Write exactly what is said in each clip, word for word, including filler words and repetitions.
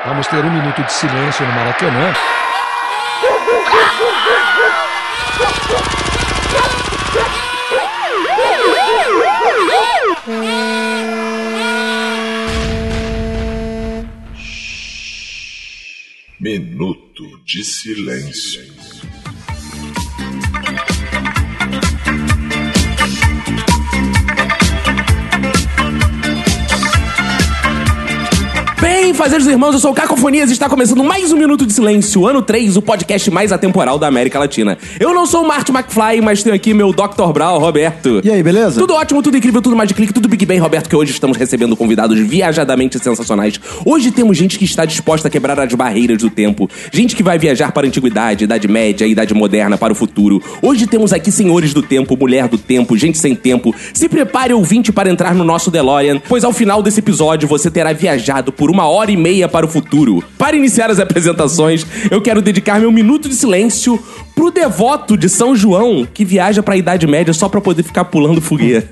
Vamos ter um minuto de silêncio no Maracanã. Minuto de silêncio. Bem, fazejos irmãos, eu sou o Cacofonias e está começando mais um Minuto de Silêncio, ano três, o podcast mais atemporal da América Latina. Eu não sou o Marty McFly, mas tenho aqui meu doutor Brown, Roberto. E aí, beleza? Tudo ótimo, tudo incrível, tudo mais de clique, tudo Big Bang, Roberto, que hoje estamos recebendo convidados viajadamente sensacionais. Hoje temos gente que está disposta a quebrar as barreiras do tempo, gente que vai viajar para a antiguidade, Idade Média, Idade Moderna, para o futuro. Hoje temos aqui senhores do tempo, mulher do tempo, gente sem tempo. Se prepare, ouvinte, para entrar no nosso DeLorean, pois ao final desse episódio você terá viajado por uma hora e meia para o futuro. Para iniciar as apresentações, eu quero dedicar meu minuto de silêncio pro devoto de São João que viaja pra Idade Média só pra poder ficar pulando fogueira.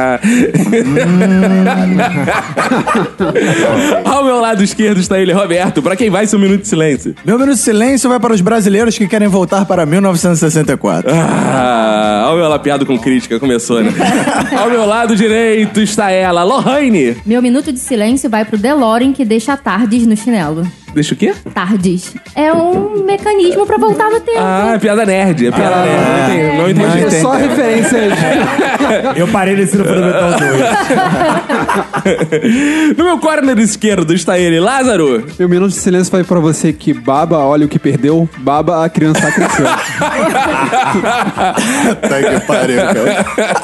Ao meu lado esquerdo está ele, Roberto. Pra quem vai ser um minuto de silêncio? Meu minuto de silêncio vai para os brasileiros que querem voltar para mil novecentos e sessenta e quatro. Ah, ao meu lapiado com crítica, começou, né? Ao meu lado direito está ela, Lohane. Meu minuto de silêncio vai pro DeLorean que deixa tardes no chinelo. Deixa o quê? Tardes. É um mecanismo pra voltar no tempo. Ah, é piada nerd. É piada ah, nerd. Não entendi. Não entendi. Não entendi. É só referências. Eu parei nesse no Fundamental dois. No meu corner esquerdo está ele, Lázaro. Meu minuto de silêncio vai pra você que baba, olha o que perdeu, baba, a criança cresceu. Tá que pariu, cara.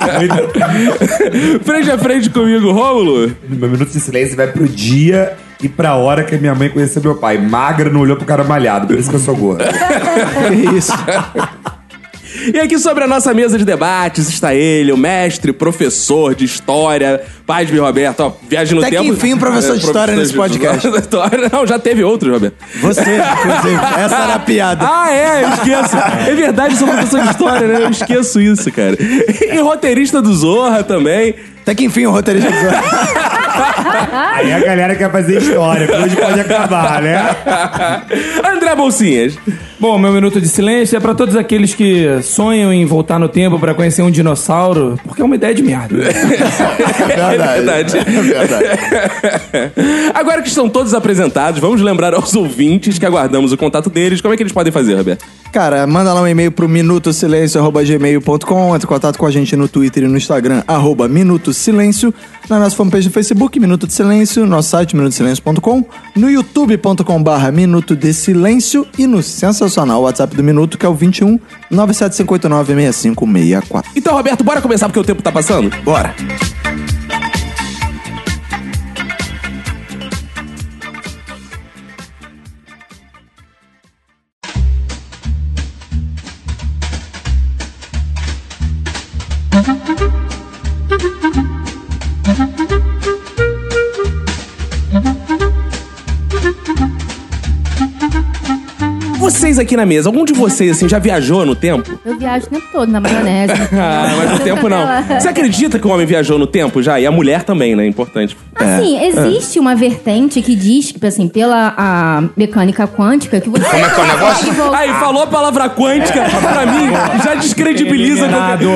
Frente a frente comigo, Rômulo. Meu minuto de silêncio vai pro dia e pra hora que a minha mãe conheceu meu pai. Magra, não olhou pro cara malhado, por isso que eu sou gordo. Que isso? E aqui sobre a nossa mesa de debates está ele, o mestre, professor de história, Pasme Roberto, ó, viagem no Até tempo. Que enfim, um professor é, de história nesse podcast. Não, já teve outros, Roberto. Você, inclusive. Essa era a piada. Ah, é, eu esqueço. É verdade, eu sou professor de história, né? Eu esqueço isso, cara. E roteirista do Zorra também. Até que enfim, o roteirista do Zorra. Aí a galera quer fazer história, que hoje pode acabar, né? André Bolsinhas. Bom, meu minuto de silêncio é pra todos aqueles que sonham em voltar no tempo pra conhecer um dinossauro, porque é uma ideia de merda. É verdade. É verdade. Agora que estão todos apresentados, vamos lembrar aos ouvintes que aguardamos o contato deles. Como é que eles podem fazer, Roberto? Cara, manda lá um e-mail pro minutosilencio arroba gmail ponto com, entra em contato com a gente no Twitter e no Instagram, arroba minutosilencio, na nossa fanpage no Facebook, Minuto de Silêncio, nosso site, minuto de silêncio ponto com, no youtube ponto com barra Minuto de Silêncio e no sensacional WhatsApp do Minuto, que é o vinte e um, nove sete cinco oito nove, seis cinco seis quatro. Então, Roberto, bora começar porque o tempo tá passando? Bora! Vocês aqui na mesa, algum de vocês, assim, já viajou no tempo? Eu viajo o tempo todo na maionese. Ah, mas o tempo não. Você acredita que o homem viajou no tempo já? E a mulher também, né? Importante. Assim, é. existe é. uma vertente que diz que, assim, pela a mecânica quântica, que você... Como é que é o negócio? Aí, falou a palavra quântica, pra mim, já descredibiliza...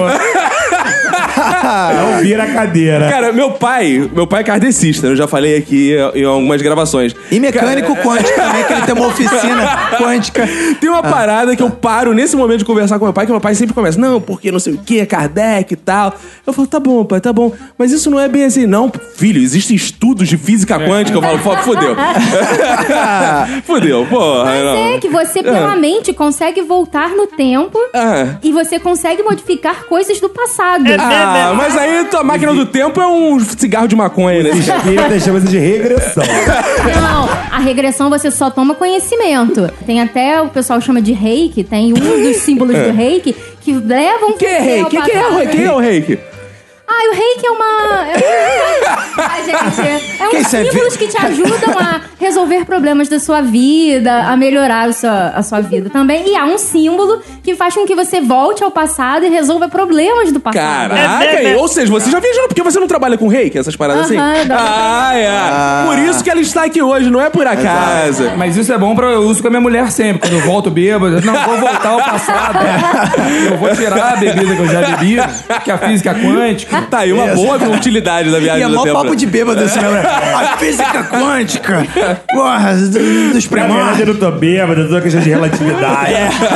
Não vira a cadeira. Cara, meu pai, meu pai é kardecista, eu já falei aqui em algumas gravações. E mecânico Cara... quântico também, que ele tem uma oficina quântica. Tem uma parada que eu paro nesse momento de conversar com meu pai, que meu pai sempre começa, não, porque não sei o que, Kardec e tal. Eu falo, tá bom, pai, tá bom. Mas isso não é bem assim. Não, filho, existem estudos de física quântica. Eu falo, fudeu. Fudeu, porra. Mas não. é que você, pela ah. mente, consegue voltar no tempo ah. e você consegue modificar coisas do passado. Ah, mas aí tua máquina do tempo é um cigarro de maconha, né? Espírita chama de regressão. Não, a regressão você só toma conhecimento. Tem até, o pessoal chama de reiki, tem um dos símbolos do reiki que levam... O que é reiki? O que é o reiki? Ah, o reiki é uma... É, ah, gente, é Quem uns você símbolos que te ajudam a resolver problemas da sua vida, a melhorar a sua, a sua vida também. E há um símbolo que faz com que você volte ao passado e resolva problemas do passado. Caraca, e- ou seja, você já viajou, porque você não trabalha com reiki, essas paradas assim? Aham, dá pra- Ah, é. Por isso que ela está aqui hoje, não é por acaso. Mas isso é bom pra eu uso com a minha mulher sempre. Quando eu volto bêbado, eu não vou voltar ao passado. Eu vou tirar a bebida que eu já bebi, que é a física quântica. Tá aí uma boa utilidade da viagem E é do mó tempo. papo de bêbado assim, né? A física quântica. Porra, dos Na verdade, primórdios. eu não tô bêbado, eu tô questão de relatividade.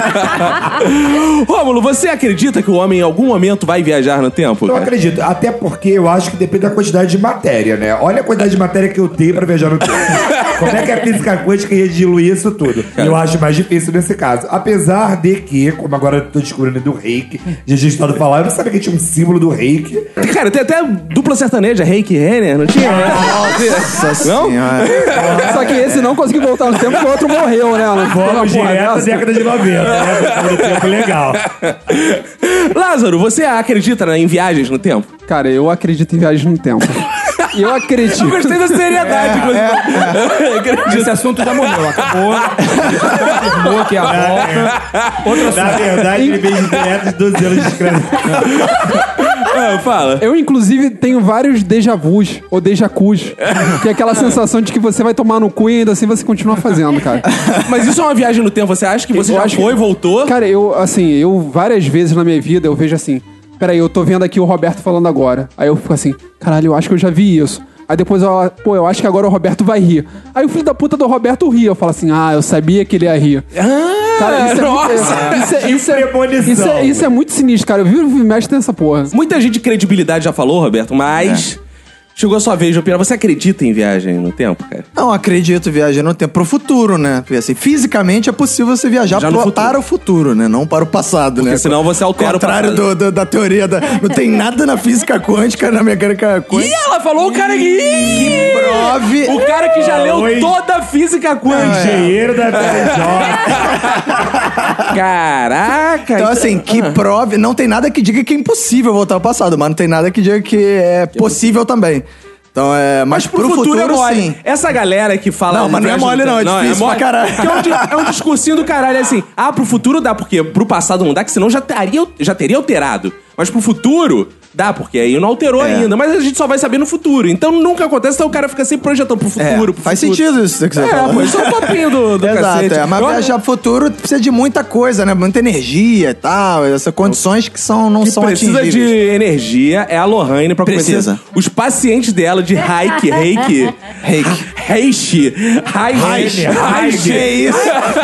Rômulo, você acredita que o homem em algum momento vai viajar no tempo? Eu acredito, até porque eu acho que depende da quantidade de matéria, né? Olha a quantidade de matéria que eu tenho pra viajar no tempo. Como é que a física quântica ia diluir isso tudo? Eu acho mais difícil nesse caso. Apesar de que, como agora eu tô descobrindo do reiki, de a gente estado falando, eu não sabia que tinha um símbolo do reiki. Cara, tem até dupla sertaneja, Reiki Renner, não tinha? Nossa Não? senhora. Só que esse não conseguiu voltar no tempo porque o outro morreu, né? Não foi uma Vamos porra direto à dessa. década de noventa, né? Do tempo legal. Lázaro, você acredita né, em viagens no tempo? Cara, eu acredito em viagem no tempo. E eu acredito. Eu gostei da seriedade. É, Esse assunto já morreu, acabou. Já confirmou que é a volta. Outro Na assunto. verdade, ele veio direto de doze anos de escravidão. Ah, fala. Eu, inclusive, tenho vários déjà vus ou déjà cus. Que é aquela sensação de que você vai tomar no cu e ainda assim você continua fazendo, cara. Mas isso é uma viagem no tempo. Você acha que você Eu já acho foi, que- voltou? Cara, eu, assim, eu várias vezes na minha vida eu vejo assim, peraí, eu tô vendo aqui o Roberto falando agora. Aí eu fico assim, caralho, eu acho que eu já vi isso. Aí depois eu, pô, eu acho que agora o Roberto vai rir. Aí o filho da puta do Roberto ri. Eu falo assim, ah, eu sabia que ele ia rir. Ah, Cara, isso é, nossa. muito, isso, é, isso, é, premonição. isso, é, isso é muito sinistro, cara. Eu vi o mestre nessa porra. Muita gente de credibilidade já falou, Roberto, mas... Chegou a sua vez de opinar. Você acredita em viagem no tempo, cara? Não acredito viajar no tempo pro futuro, né? Porque assim, fisicamente é possível você viajar Já no pro- futuro. para o futuro, né? Não para o passado, né? Porque senão você altera o contrário passado. do, do- da teoria da... Não tem nada na física quântica, na mecânica Ih, quântica. ela falou o cara que... Que prove... O cara que já leu Oi. toda a física quântica. Engenheiro da F J. Caraca. Então, assim, que prove... Não tem nada que diga que é impossível voltar ao passado, mas não tem nada que diga que é possível também. Então, é... Mas, Mas pro, pro futuro, futuro, é mole. sim. Essa galera que fala... Não, mas não é viagem mole, no não, é tempo- difícil pra caralho. Porque É um, di- é um discursinho do caralho, é assim... Ah, pro futuro dá, porque pro passado não dá, que senão já teria, já teria alterado. Mas pro futuro... Dá, porque aí não alterou É. ainda. Mas a gente só vai saber no futuro. Então nunca acontece, então o cara fica sempre projetando pro É, futuro. pro faz futuro. sentido isso que você É, falou. pô, isso é um papinho do, do Exato, cacete. é. Mas Eu- viajar pro futuro precisa de muita coisa, né? Muita energia e tal. Essas condições que são, não que são precisa atingíveis. de energia é a Lohane pra Precisa. conhecer os pacientes dela de Reiki, Reiki, Reiki. Reishi, Reiki, Reiki. Que isso?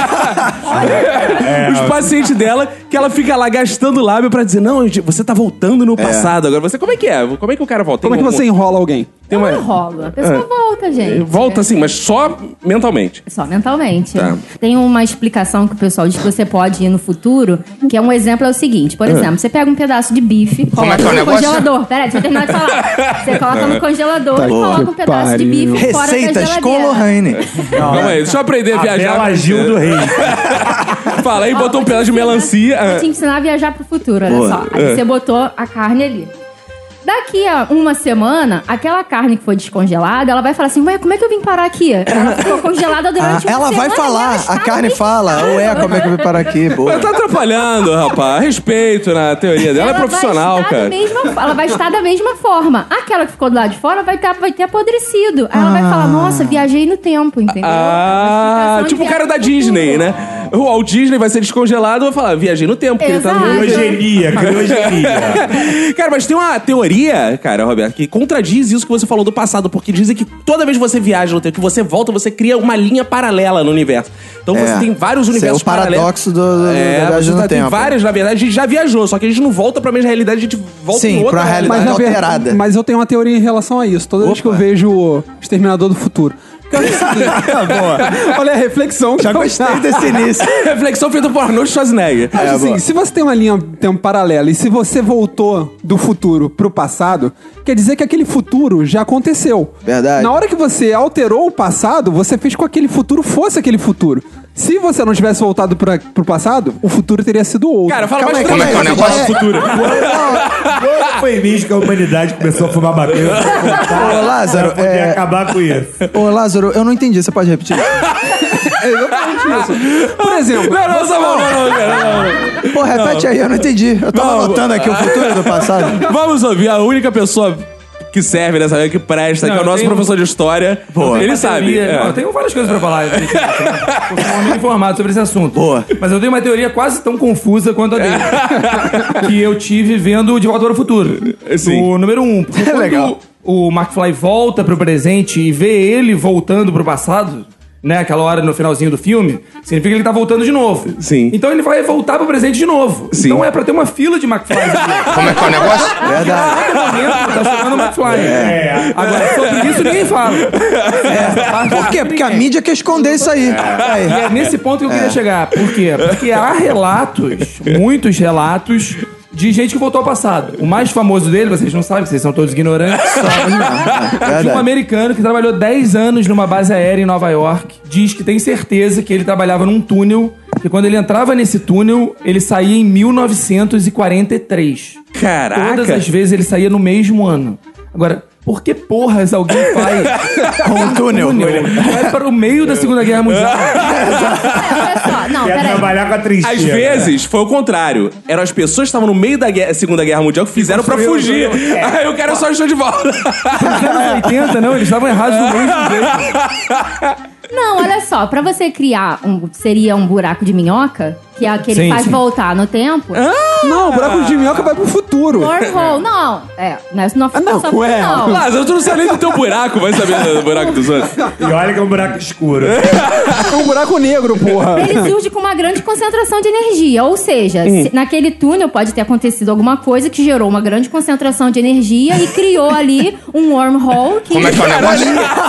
Os pacientes dela, que ela fica lá gastando lábio pra dizer, não, gente, você tá voltando no passado agora. Você, como é que é? Como é que o cara volta? Como é que Tem você algum- enrola alguém? Tem uma... Não rola. A pessoa volta, gente. Volta assim, mas só mentalmente. Só mentalmente. Tá. Tem uma explicação que o pessoal diz que você pode ir no futuro, que é um exemplo, é o seguinte. Por exemplo, você pega um pedaço de bife, Como é que é o coloca no negócio? congelador. Peraí, deixa eu terminar de falar. Você coloca no congelador Tá e coloca que um pedaço de pariu. bife fora da Receitas geladeira. com Lohane. Calma aí, deixa eu aprender a A viajar. Bela Gil do Rei. Fala aí, Ó, botou um vou te pedaço de ensinar- melancia. Vou te ensinar a viajar pro futuro, olha Boa. só. Aí você botou a carne ali. Daqui a uma semana, aquela carne que foi descongelada, ela vai falar assim, ué, como é que eu vim parar aqui? Ela ficou congelada Ah, durante uma ela semana. vai e ela falar, está a no carne mesmo fala. estado. Ué, como é que eu vim parar aqui? Boa. Tá atrapalhando, rapaz. Respeito na teoria dela. Ela é profissional, vai estar cara. Da mesma, ela vai estar da mesma forma. Aquela que ficou do lado de fora vai, tá, vai ter apodrecido. Aí ela vai falar, nossa, viajei no tempo, entendeu? Ah, Uma explicação de tipo o cara da viagem no Disney, futuro. né? O Walt Disney vai ser descongelado e vai falar, viajei no tempo, porque ele tá no Exato. Criogenia, criogenia. Cara, mas tem uma teoria, cara, Roberto, que contradiz isso que você falou do passado, porque dizem que toda vez que você viaja no tempo, que você volta, você cria uma linha paralela no universo. Então É. você tem vários Esse é universos o paradoxo do- do- é, da viagem você no tá- Tem tempo. várias, na verdade, a gente já viajou, só que a gente não volta pra mesma realidade, a gente volta Sim, em outra pra realidade. Mas, na ver- alterada. mas eu tenho uma teoria em relação a isso. Toda vez que eu Opa. vejo o Exterminador do Futuro. Porque eu acho o seguinte, olha a reflexão que Já eu- gostei desse início. Reflexão feita por Arnold Schwarzenegger. Acho É, assim, boa. se você tem uma linha tempo paralela e se você voltou do futuro pro passado, quer dizer que aquele futuro já aconteceu. Verdade. Na hora que você alterou o passado, você fez com que aquele futuro fosse aquele futuro. Se você não tivesse voltado pra, pro passado, o futuro teria sido outro. Cara, fala Calma mais aí, como é que é o calma aí. negócio É- do futuro. Quando foi mesmo que a humanidade começou a fumar maconha? Ô, Lázaro, pra poder é- acabar com isso. Ô, Lázaro, eu não entendi. Você pode repetir? É exatamente isso. Por exemplo, Não, não, não, não, não, cara, não. Pô, repete aí, eu não entendi. Eu tava Não. anotando aqui o futuro do passado. Vamos ouvir a única pessoa que serve nessa vida, que presta, Não, que é o eu nosso tenho- professor de história. Eu tenho Ele uma sabe. teoria- é. Não, eu tenho várias coisas pra falar. Eu sou um homem informado sobre esse assunto. Boa. Mas eu tenho uma teoria quase tão confusa quanto a dele. Que eu tive vendo De Volta para o Futuro. Sim. O número um. Porque quando legal. o McFly volta pro presente e vê ele voltando pro passado, né? Aquela hora no finalzinho do filme, significa que ele tá voltando de novo. Sim. Então ele vai voltar pro presente de novo. Sim. Então é pra ter uma fila de McFly. Como é que é o negócio? Verdade. Tá chegando o McFly. É. Agora, sobre isso ninguém fala. Essa parte Por quê? Porque a mídia quer esconder isso aí. Aí. E é nesse ponto que eu queria chegar. Por quê? Porque há relatos, muitos relatos, de gente que voltou ao passado. O mais famoso dele, vocês não sabem, vocês são todos ignorantes, de um Verdade. americano que trabalhou dez anos numa base aérea em Nova York. Diz que tem certeza que ele trabalhava num túnel, que quando ele entrava nesse túnel, ele saía em mil novecentos e quarenta e três. Caraca. Todas as vezes ele saía no mesmo ano. Agora, por que porras alguém faz Com um túnel. vai para o meio da Segunda Guerra Mundial? Olha só, não, Quer peraí. trabalhar com a trincheira. Às vezes foi o contrário. Eram as pessoas que estavam no meio da guerra- Segunda Guerra Mundial que fizeram pra fugir. Aí o cara só estou de volta. Nos anos oitenta, não, eles estavam errados do mesmo jeito. Não, olha só, pra você criar um. Seria um buraco de minhoca, que é aquele que Sim, faz sim. voltar no tempo. não, o buraco de minhoca vai pro futuro. Wormhole, não. É, não é não, Ah, não, só- ué. não. Lázaro, tu não sabe nem do teu buraco, vai saber do buraco dos outros. E olha que é um buraco escuro. É um buraco negro, porra. Ele surge com uma grande concentração de energia. Ou seja, se- naquele túnel pode ter acontecido alguma coisa que gerou uma grande concentração de energia e criou ali um wormhole que. Como é que é o negócio?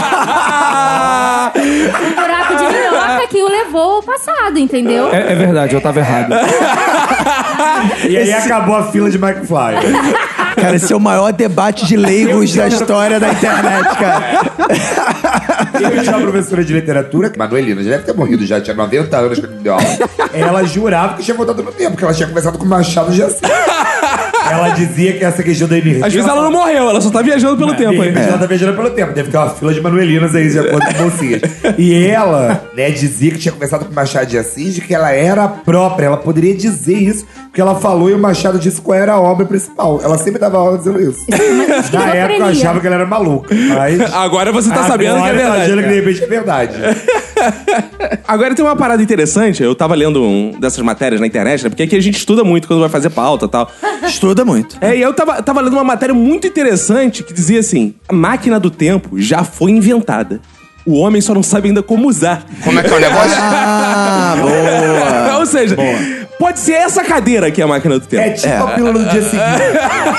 Um buraco de minhoca que o levou ao passado, entendeu? É, é verdade, eu tava errado. E aí acabou a fila de McFly. Cara, esse é o maior debate de leigos da história da internet, cara. Eu tinha uma professora de literatura, Manuelina, já deve ter morrido já, tinha noventa anos quando me deu aula. Ela jurava que tinha voltado no tempo, porque ela tinha conversado com o Machado de Assis. Ela dizia que essa questão da energia... Às vezes ela não morreu, ela só tá viajando pelo tempo De aí. repente ela tá viajando pelo tempo. Deve ter uma fila de Manuelinas aí, de acordo com bolsinhas. E ela, né, dizia que tinha conversado com o Machado de Assis de que ela era a própria. Ela poderia dizer isso, porque ela falou e o Machado disse qual era a obra principal. Ela sempre dava aula dizendo isso. Na época eu achava que ela era maluca. Mas Agora você tá sabendo que é agora eu tô verdade. achando que de repente é verdade. Agora tem uma parada interessante, eu tava lendo um dessas matérias na internet, né? Porque aqui a gente estuda muito quando vai fazer pauta e tal. Estuda muito. É, e eu tava, tava lendo uma matéria muito interessante que dizia assim: a máquina do tempo já foi inventada. O homem só não sabe ainda como usar. Como é que é o negócio? Ah, boa. Ou seja, pode ser essa cadeira que é a máquina do tempo. É tipo a pílula do dia seguinte.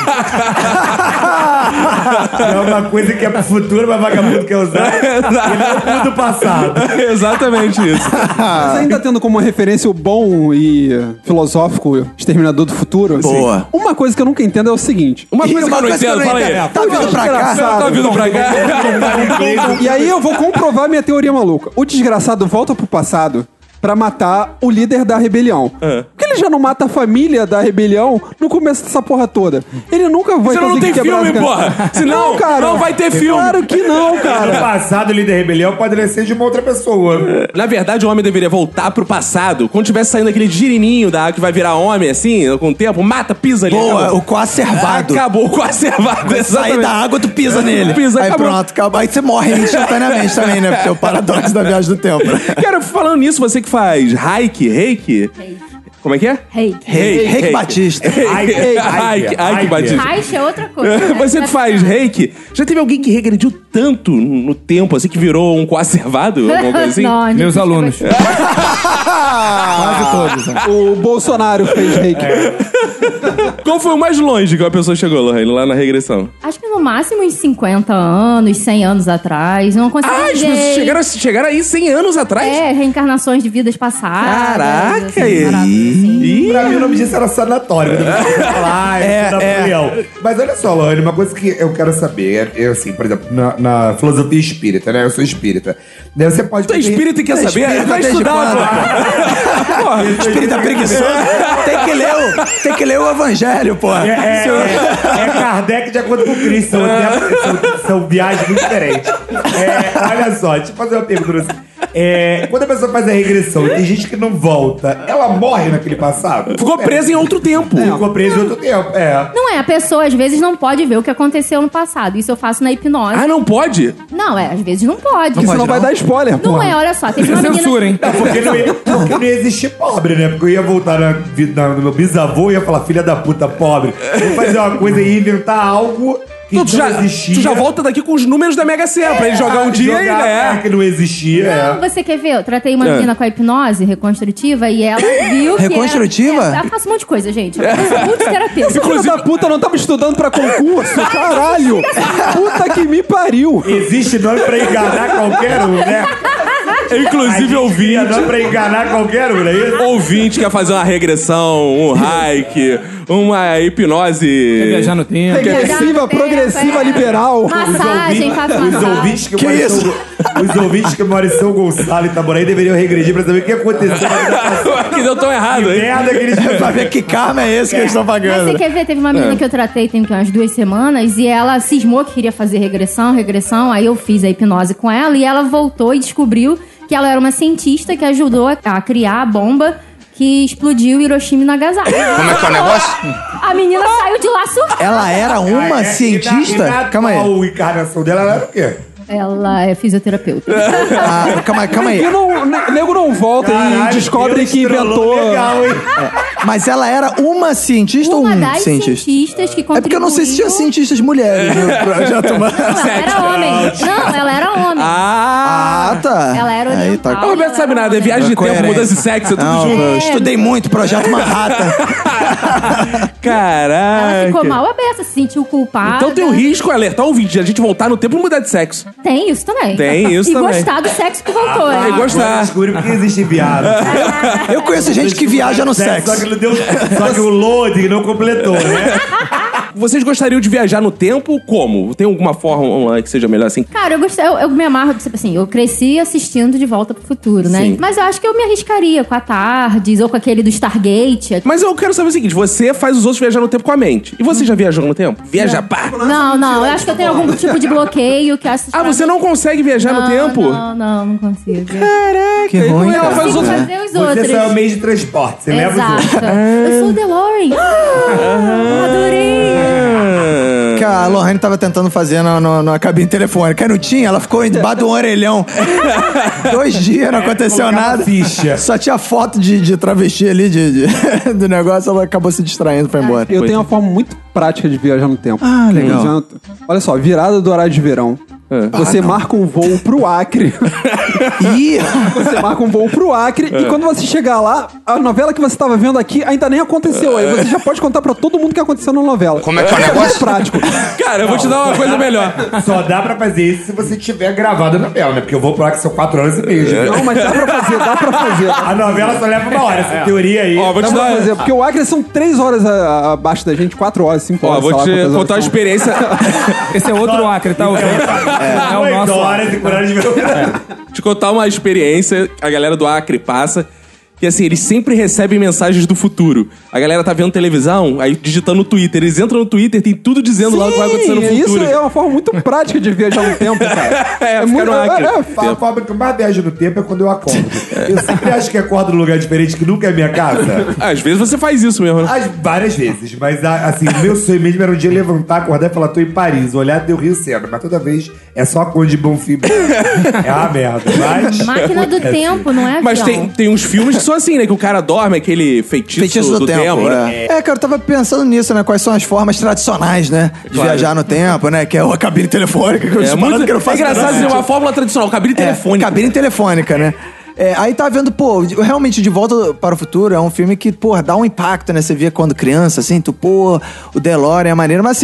É uma coisa que é pro futuro, mas vagabundo quer usar. E não do passado. Exatamente isso. Mas ainda tendo como referência o bom e filosófico Exterminador do Futuro. Boa. assim, uma coisa que eu nunca entendo é o seguinte. Uma Ih, coisa que eu não entendo, fala aí. Tá vindo pra cá? Tá vindo pra cá? E aí eu vou comprovar minha teoria maluca. O desgraçado volta pro passado pra matar o líder da rebelião. Ah. Por que ele já não mata a família da rebelião no começo dessa porra toda? Ele nunca vai Você não conseguir tem quebrar filme, as- porra! Senão, não vai ter filme. Claro que não, No cara. passado, o líder rebelião pode ser de uma outra pessoa. Na verdade, o homem deveria voltar pro passado. Quando tivesse saindo aquele girininho da água que vai virar homem, assim, com o tempo, mata, pisa ali. Boa, acabou. o coacervado. Acabou o coacervado. Vai sair da água, tu pisa nele. Pisa, aí acabou. pronto, acabou. Aí você morre instantaneamente também, né? Porque é o paradoxo da viagem do tempo. Cara, falando nisso, você que faz reiki, reiki... Como é que é? Reiki. Reiki. Reiki Batista. Reiki, Reiki, Reiki Batista. Reich é outra coisa. né? Você que faz reiki, já teve alguém que regrediu tanto no tempo, assim, que virou um coacervado? Alguma coisa assim? Não, a gente Meus chegou alunos. aqui. Quase todos. né? O Bolsonaro fez reiki. Qual foi o mais longe que uma pessoa chegou, Lorraine, lá na regressão? Acho que no máximo uns cinquenta anos, cem anos atrás. Eu não consigo Ah, as pessoas chegaram, chegaram aí cem anos atrás? É, reencarnações de vidas passadas. Caraca, assim, e- paradas. sim. Pra mim o nome disso era sanatório. Ah, é, é. Mas olha só, Lohane, uma coisa que eu quero saber é, é assim, por exemplo, na, na filosofia espírita, né? Eu sou espírita. Daí você pode... Tu é espírita e quer É saber? espírita Vai desde estudar, quando? pô. Espírita preguiçoso. Tem que ler o, tem que ler o evangelho, pô. É, é, é, é Kardec de acordo com o Cristo. São, são, são viagens muito diferentes. É, olha só, deixa eu fazer uma pergunta assim. É, quando a pessoa faz a regressão e tem gente que não volta, ela morre naquele passado? Ficou presa em outro tempo. Ficou presa em outro tempo, é. Não é, a pessoa às vezes não pode ver o que aconteceu no passado. Isso eu faço na hipnose. Ah, não pode? Não, é, às vezes não pode. Porque senão vai dar spoiler, pô. Não é, olha só, teve uma menina... Censura, hein? Não, porque não, ia, porque não ia existir pobre, né? Porque eu ia voltar na vida no meu bisavô e ia falar, filha da puta, pobre. Vou fazer uma coisa e inventar algo que Não, tu, não já, existia. tu já volta daqui com os números da Mega Sena pra ele jogar um dia e jogar né? que não existia. Não, é. você quer ver? Eu tratei uma É. menina com a hipnose reconstrutiva e ela viu que... Reconstrutiva? Era... É, eu faço um monte de coisa, gente. Eu faço multiterapeuta. Filho da puta, não tava estudando pra concurso? Caralho! Puta que me pariu! Existe nome pra enganar qualquer um, né? Inclusive, ouvinte. Nome pra enganar qualquer um, não é isso? Ouvinte quer fazer uma regressão, um hike, uma hipnose. Quer viajar no tempo. Regressiva, progressiva, É. liberal. Massagem, faço Os massagem. ouvintes que, Que moram em isso? São, os ouvintes que moram em São Gonçalo e Itaboraí deveriam regredir pra saber o que aconteceu na vida passada. Que deu tão errado, Que hein? merda que eles Pra ver que karma é esse que eles estão Mas pagando. você quer ver? Teve uma menina que eu tratei tem que, umas duas semanas e ela cismou que queria fazer regressão, regressão. Aí eu fiz a hipnose com ela e ela voltou e descobriu que ela era uma cientista que ajudou a, a criar a bomba que explodiu Hiroshima e Nagasaki. Como é que é o negócio? A menina saiu de lá surtada. Ela era uma É, cientista? E na, e na Calma aí. atual encarnação dela, ela era o quê? Ela é fisioterapeuta. Ah, calma aí, calma aí. E não, ne- nego não volta Caralho, e descobre Deus que estrelou inventou. Legal, hein? Mas ela era uma cientista ou Uma um das cientista? cientistas que É contribuiu... porque eu não sei se tinha cientistas mulheres no projeto humano. Não, ela era homem. Não, ela era homem. Ah! Ah, tá. Ela era Aí oriental. tá. O Roberto sabe nada, é viagem de tempo, Coerência. mudança de sexo, é tudo Não, junto. eu estudei muito Projeto Manhattan. Ela Caraca. ficou mal aberta, se sentiu culpada. Então tem o risco, alertar o ouvinte, de a gente voltar no tempo e mudar de sexo. Tem isso também. Tem isso e também. gostar do sexo que voltou, Ah, né? e gostar. Descobri porque existe viado. Eu conheço gente que viaja no Só sexo. que, não deu, só que o loading não completou, né? Vocês gostariam de viajar no tempo como? Tem alguma forma que seja melhor assim? Cara, eu gostei, eu, eu me amarro, tipo assim, eu cresci assistindo De Volta pro Futuro, né? Sim. Mas eu acho que eu me arriscaria com a Tardes ou com aquele do Stargate. Mas eu quero saber o seguinte, você faz os outros viajar no tempo com a mente. E você já viajou no tempo? Viaja, pá! Não, não, eu acho que eu tenho algum tipo de bloqueio que eu acho... Ah, você não consegue viajar no tempo? Não, não, não consigo. Caraca, Que ruim, ela cara. faz os Eu outros... consigo fazer os Você outros. só é o meio de transporte, você leva os outros. Exato. Eu sou o DeLorean. Ah, adorei. Que a Lohane tava tentando fazer na, na, na cabine telefônica. Aí não tinha, ela ficou debaixo de um orelhão. Dois dias, não aconteceu colocava nada. ficha. Só tinha foto de, de travesti ali de, de- do negócio, ela acabou se distraindo e foi embora. Eu tenho uma forma muito prática de viajar no tempo. Ah, legal. Não adianta. Olha só, virada do horário de verão. Você marca um voo pro Acre. Ih, Você marca um voo pro Acre e quando você chegar lá, a novela que você tava vendo aqui ainda nem aconteceu. Aí você já pode contar pra todo mundo o que aconteceu na novela. Como é que é o negócio? prático. Cara, eu vou te dar uma coisa melhor. Só dá pra fazer isso se você tiver gravado a novela, né? Porque eu vou pro ar que são quatro horas e meia. gente. Não, mas dá pra fazer, dá pra fazer. A novela só leva uma hora, essa teoria aí. Ó, vou Dá te pra dar... fazer, porque o Acre são três horas a- a- abaixo da gente, quatro horas, cinco Ó, horas. vou sei lá te quantas horas contar uma são. experiência... Esse é outro Acre, tá? É, é o Oito nosso. horas e por horas de verão. te contar uma experiência que a galera do Acre passa. Que assim, eles sempre recebem mensagens do futuro. A galera tá vendo televisão, aí digitando no Twitter. Eles entram no Twitter, tem tudo dizendo lá o que vai acontecer no Isso futuro. é uma forma muito prática de viajar no tempo, cara. É, fica muito, no Acre. é, é, A forma que eu mais viajo no tempo é quando eu acordo. Eu sempre acho que acordo num lugar diferente que nunca é minha casa. Às vezes você faz isso mesmo, né? As, várias vezes, mas a- assim, o meu sonho mesmo era um dia levantar, acordar e falar, tô em Paris, olhar do Rio Sena, mas toda vez é só a cor de Bonfim. É uma merda, mas... Máquina do tempo, não é avião. Mas tem, tem uns filmes que são assim, né? Que o cara dorme, aquele feitiço, feitiço do, do, tempo. tempo. é. É, cara, eu tava pensando nisso, né? Quais são as formas tradicionais, né? De Claro. viajar no tempo, né? Que é a cabine telefônica. Que eu É, te muito, falando que eu não é faço engraçado nada. dizer uma fórmula tradicional, cabine É, telefônica. cabine telefônica, né? É, aí tava vendo, pô, realmente De Volta para o Futuro é um filme que, pô, dá um impacto, né? Você via quando criança, assim, tu, pô, o DeLorean é maneiro, mas assim, tem que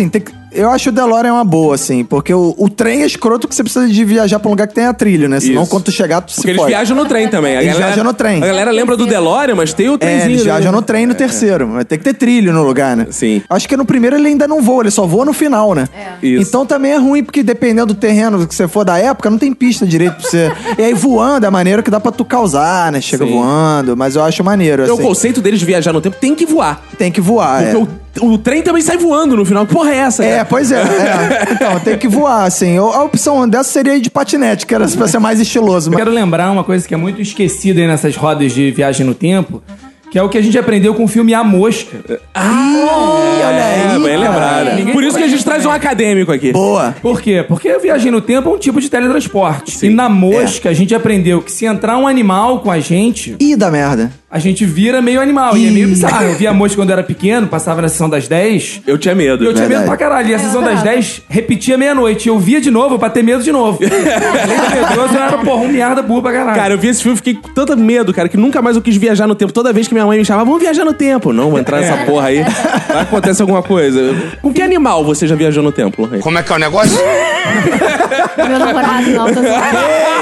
Eu acho o DeLorean uma boa, assim, porque o, o trem é escroto que você precisa de viajar pra um lugar que tenha trilho, né? Senão, Isso. quando tu chegar, tu se Porque eles pode. viajam no trem também. A Eles galera, viajam no trem. A galera lembra do DeLorean, mas tem o É, trenzinho. eles né? viajam no trem no terceiro. Vai ter que ter trilho no lugar, né? Sim. Acho que no primeiro ele ainda não voa, ele só voa no final, né? Isso. Então também é ruim, porque dependendo do terreno que você for da época, não tem pista direito pra você. E aí voando é maneiro que dá pra tu causar, né? Chega Sim. voando, mas eu acho maneiro, Então, assim. o conceito deles de viajar no tempo tem que voar. Tem que voar, Porque é. o, o trem também sai voando no final. Que porra é essa? É, cara? pois é, é. Então, tem que voar, assim. A opção dessa seria ir de patinete, que era pra ser mais estiloso. Eu Mas... quero lembrar uma coisa que é muito esquecida aí nessas rodas de viagem no tempo, que é o que a gente aprendeu com o filme A Mosca. Ih, olha É, aí, bem cara. lembrado. Ninguém Por isso que a gente traz um acadêmico aqui. Boa. Por quê? Porque a viagem no tempo é um tipo de teletransporte. Sim. E na Mosca a gente aprendeu que se entrar um animal com a gente, Ih, dá merda. a gente vira meio animal. E é meio bizarro. Eu vi a Mosca quando eu era pequeno, passava na sessão das dez. Eu tinha medo. E eu tinha Verdade. medo pra caralho. E a sessão das dez repetia meia-noite. Eu via de novo pra ter medo de novo. Além de medroso, eu era, porra, um merda burro pra caralho. Cara, eu vi esse filme e fiquei com tanto medo, cara, que nunca mais eu quis viajar no tempo. Toda vez que minha mãe me chamava, vamos viajar no tempo. Não, vou entrar nessa porra aí. Vai acontecer alguma coisa. Com que animal você já viajou no tempo, Lohane? Como é que é o negócio? Meu namorado, não, tô zoando.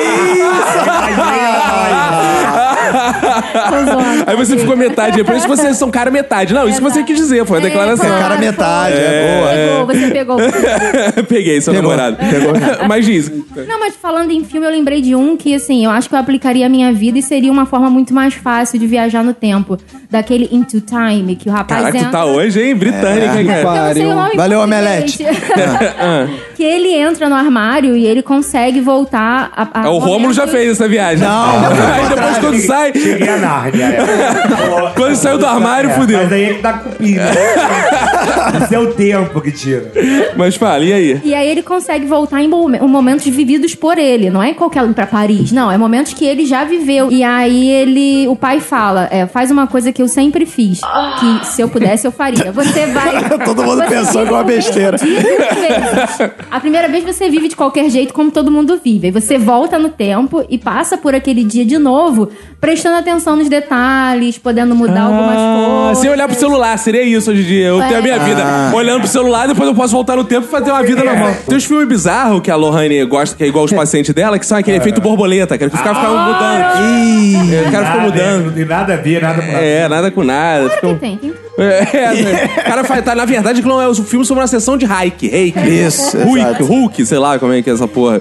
Tô zoando. Aí você ficou metade. É por isso que vocês são cara metade. Não, isso que você quis dizer, foi a declaração. É, Cara, metade, é boa. Pegou, você pegou. Peguei seu Pegou. namorado. Pegou. Mas diz. Não, mas falando em filme, eu lembrei de um que, assim, eu acho que eu aplicaria a minha vida e seria uma forma muito mais fácil de viajar no tempo. Daquele Into Time, que o rapaz Caraca, tu entra... tá hoje, hein? Britânica, hein, É, cara? porque eu não sei o nome em Valeu, português. Omelete. Que ele entra no armário e ele consegue voltar a... a Ah, o Rômulo já fez essa viagem. Não. Aí depois quando sai... Cheguei a Nárnia. É. Quando saiu do armário, É, fudeu. Mas aí ele tá cupindo. Isso é o tempo que tira. Mas fala, e aí? E aí ele consegue voltar em momen- momentos vividos por ele. Não é em qualquer lugar pra Paris, não. É momentos que ele já viveu. E aí ele... O pai fala, é, faz uma coisa que eu sempre fiz. Que se eu pudesse, eu faria. Você vai... Todo mundo você pensou que é uma besteira. vive mil vezes. A primeira vez você vive de qualquer jeito, como todo mundo vive. Aí você volta no tempo e passa por aquele dia de novo, prestando atenção nos detalhes, podendo mudar algumas Ah, coisas. sem olhar pro celular, seria isso hoje em dia. Eu É. tenho a minha vida. Olhando pro celular, depois eu posso voltar no tempo e fazer uma vida normal. Tem uns filmes bizarros que a Lohane gosta, que é igual os pacientes dela, que são aquele efeito borboleta, cara, que os caras ficavam mudando. Ih, o cara ficou Nada, é, Não mudando. tem nada a ver, nada com nada. É, nada com nada. Claro Ficam- que tem, tem. É, o cara faz, tá, na verdade, que não é o filme sobre uma sessão de reiki. Reiki. Isso, Hulk, exato. Hulk, sei lá como é que é essa porra.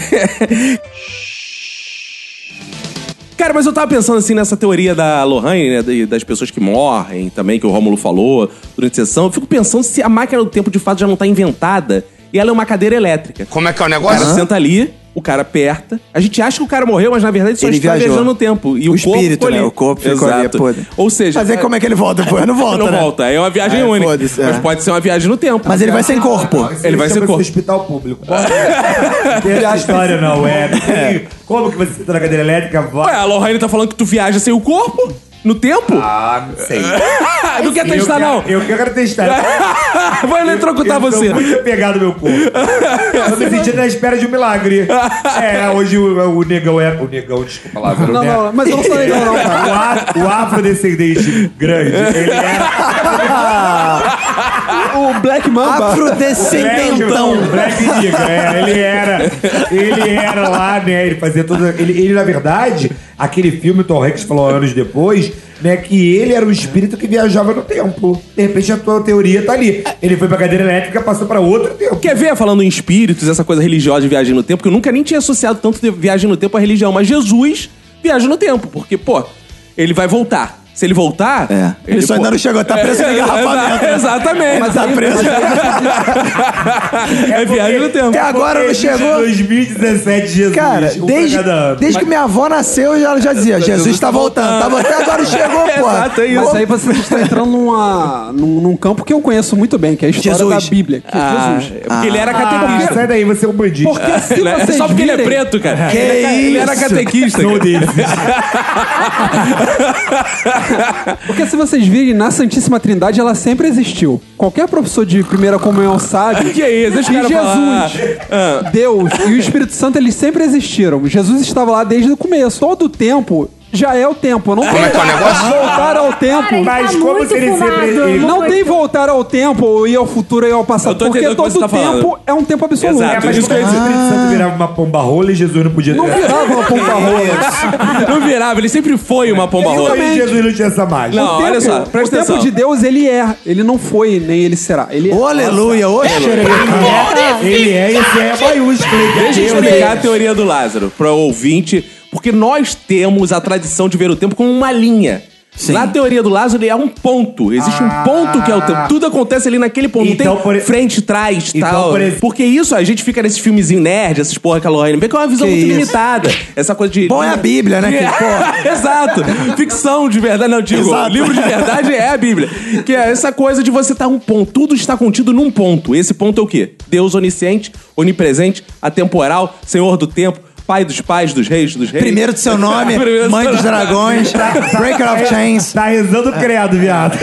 Cara, mas eu tava pensando assim nessa teoria da Lohane, né, de- das pessoas que morrem também, que o Rômulo falou durante a sessão. Eu fico pensando se a máquina do tempo de fato já não tá inventada e ela é uma cadeira elétrica. Como é que é o O negócio? cara senta ali, o cara aperta. A gente acha que o cara morreu, mas na verdade só Ele está viajou. viajando no tempo. E o, O espírito, corpo né? ali. O corpo ficou ali, Exato. pô. Ou seja... Mas aí como é que ele volta? Depois não volta, não né? volta, é uma viagem É, única. foda-se, é. Mas pode ser uma viagem no tempo. Mas ele vai sem corpo. Isso Ele vai ser chama-se corpo. hospital público. Não tem essa história, não. É, não tem- Como que você senta na cadeira elétrica? Vai. Ué, a Lohane tá falando que tu viaja sem o corpo? No tempo? Ah, não sei. não quer Eu testar, quero- não? Eu quero testar. Vou eletrocutar eu você. tô muito apegado ao meu corpo. Eu me sentindo na espera de um milagre. É, hoje o, o negão é... O negão, desculpa lá. Não, né? não, mas eu não sou legal, não, cara. O, a- o afrodescendente grande, ele era... O Black Mamba. Afrodescendentão. Black Nigga, é, ele era. Ele era lá, né? Ele fazia tudo. Ele, ele, na verdade, aquele filme, o Tom Hanks falou anos depois, né? Que ele era um espírito que viajava no tempo. De repente a tua teoria tá ali. Ele foi pra cadeira elétrica, passou pra outro tempo. Quer ver, falando em espíritos, essa coisa religiosa de viagem no tempo, que eu nunca nem tinha associado tanto de viagem no tempo à religião, mas Jesus viaja no tempo, porque, pô, ele vai voltar. Se ele voltar... É. Ele só ainda não chegou, tá preso no engarrafamento, né? Exatamente. Mas tá preso. É viagem no tempo. Até agora não Porque chegou. dois mil e dezessete, Jesus. Cara, um desde, pra cada ano. desde que minha avó nasceu, ela já dizia, Jesus tá voltando. Tá voltando, até agora não chegou, pô. Exato, é isso. Mas aí você está entrando numa, num, num campo que eu conheço muito bem, que é a história Jesus. da Bíblia. Que é Ah, Jesus. é porque ele era Ah, catequista. sai daí, você é um bandido. Porque se Né? vocês Só porque ele é virem- preto, cara. Que ele, ele era isso? catequista. Sou cara. dele. Porque se vocês virem, na Santíssima Trindade, ela sempre existiu. Qualquer professor de primeira comunhão sabe Que isso? Deixa o que cara falar. Jesus, Ah. Deus e o Espírito Santo, eles sempre existiram. Jesus estava lá desde o começo. Todo o tempo, já é o tempo. Não Como é que é o negócio? Voltar ao tempo. Cara, ele Mas tá como muito se ele fumado. sempre- ele- Não Muito. tem voltar ao tempo, ou ir ao futuro, ou ir ao passado. Eu tô Porque entendendo o que todo você tá falando. tempo é um tempo absoluto. Exato. É, mas Isso como que eu é ia que o dizer. Espírito Santo virava uma pomba rola e Jesus não podia... Não virava uma pomba rola. Não virava, ele sempre foi uma pomba rola. Exatamente. Jesus não tinha essa mágica. Não, O tempo- olha só, o presta tempo atenção. de Deus, ele é. Ele não foi, nem ele será. Ele é. Ô, aleluia, ô, xereca. Ele é esse é maiúsculo. ele é Deixa eu Deus, explicar a ele- teoria do Lázaro para o ouvinte, porque nós temos a tradição de ver o tempo como uma linha. Sim. Na teoria do Lázaro, ele é um ponto. Existe um ponto que é o tempo. Tudo acontece ali naquele ponto. Então, não tem por e- frente, trás, Então, tal. por ex- Porque isso, a gente fica nesses filmezinhos nerd, essas porra que a Lohane vê, que é uma visão Que muito isso. limitada. Essa coisa de... Bom é a Bíblia, né? Que, porra. Exato. Ficção de verdade. Não, digo, Exato. livro de verdade é a Bíblia. Que é essa coisa de você estar um ponto. Tudo está contido num ponto. Esse ponto é o quê? Deus onisciente, onipresente, atemporal, Senhor do tempo, Pai dos pais, dos reis, dos reis. Primeiro do seu nome, Primeiro do Mãe seu dos nome. Dragões, Breaker of Chains. Tá rezando o credo, viado.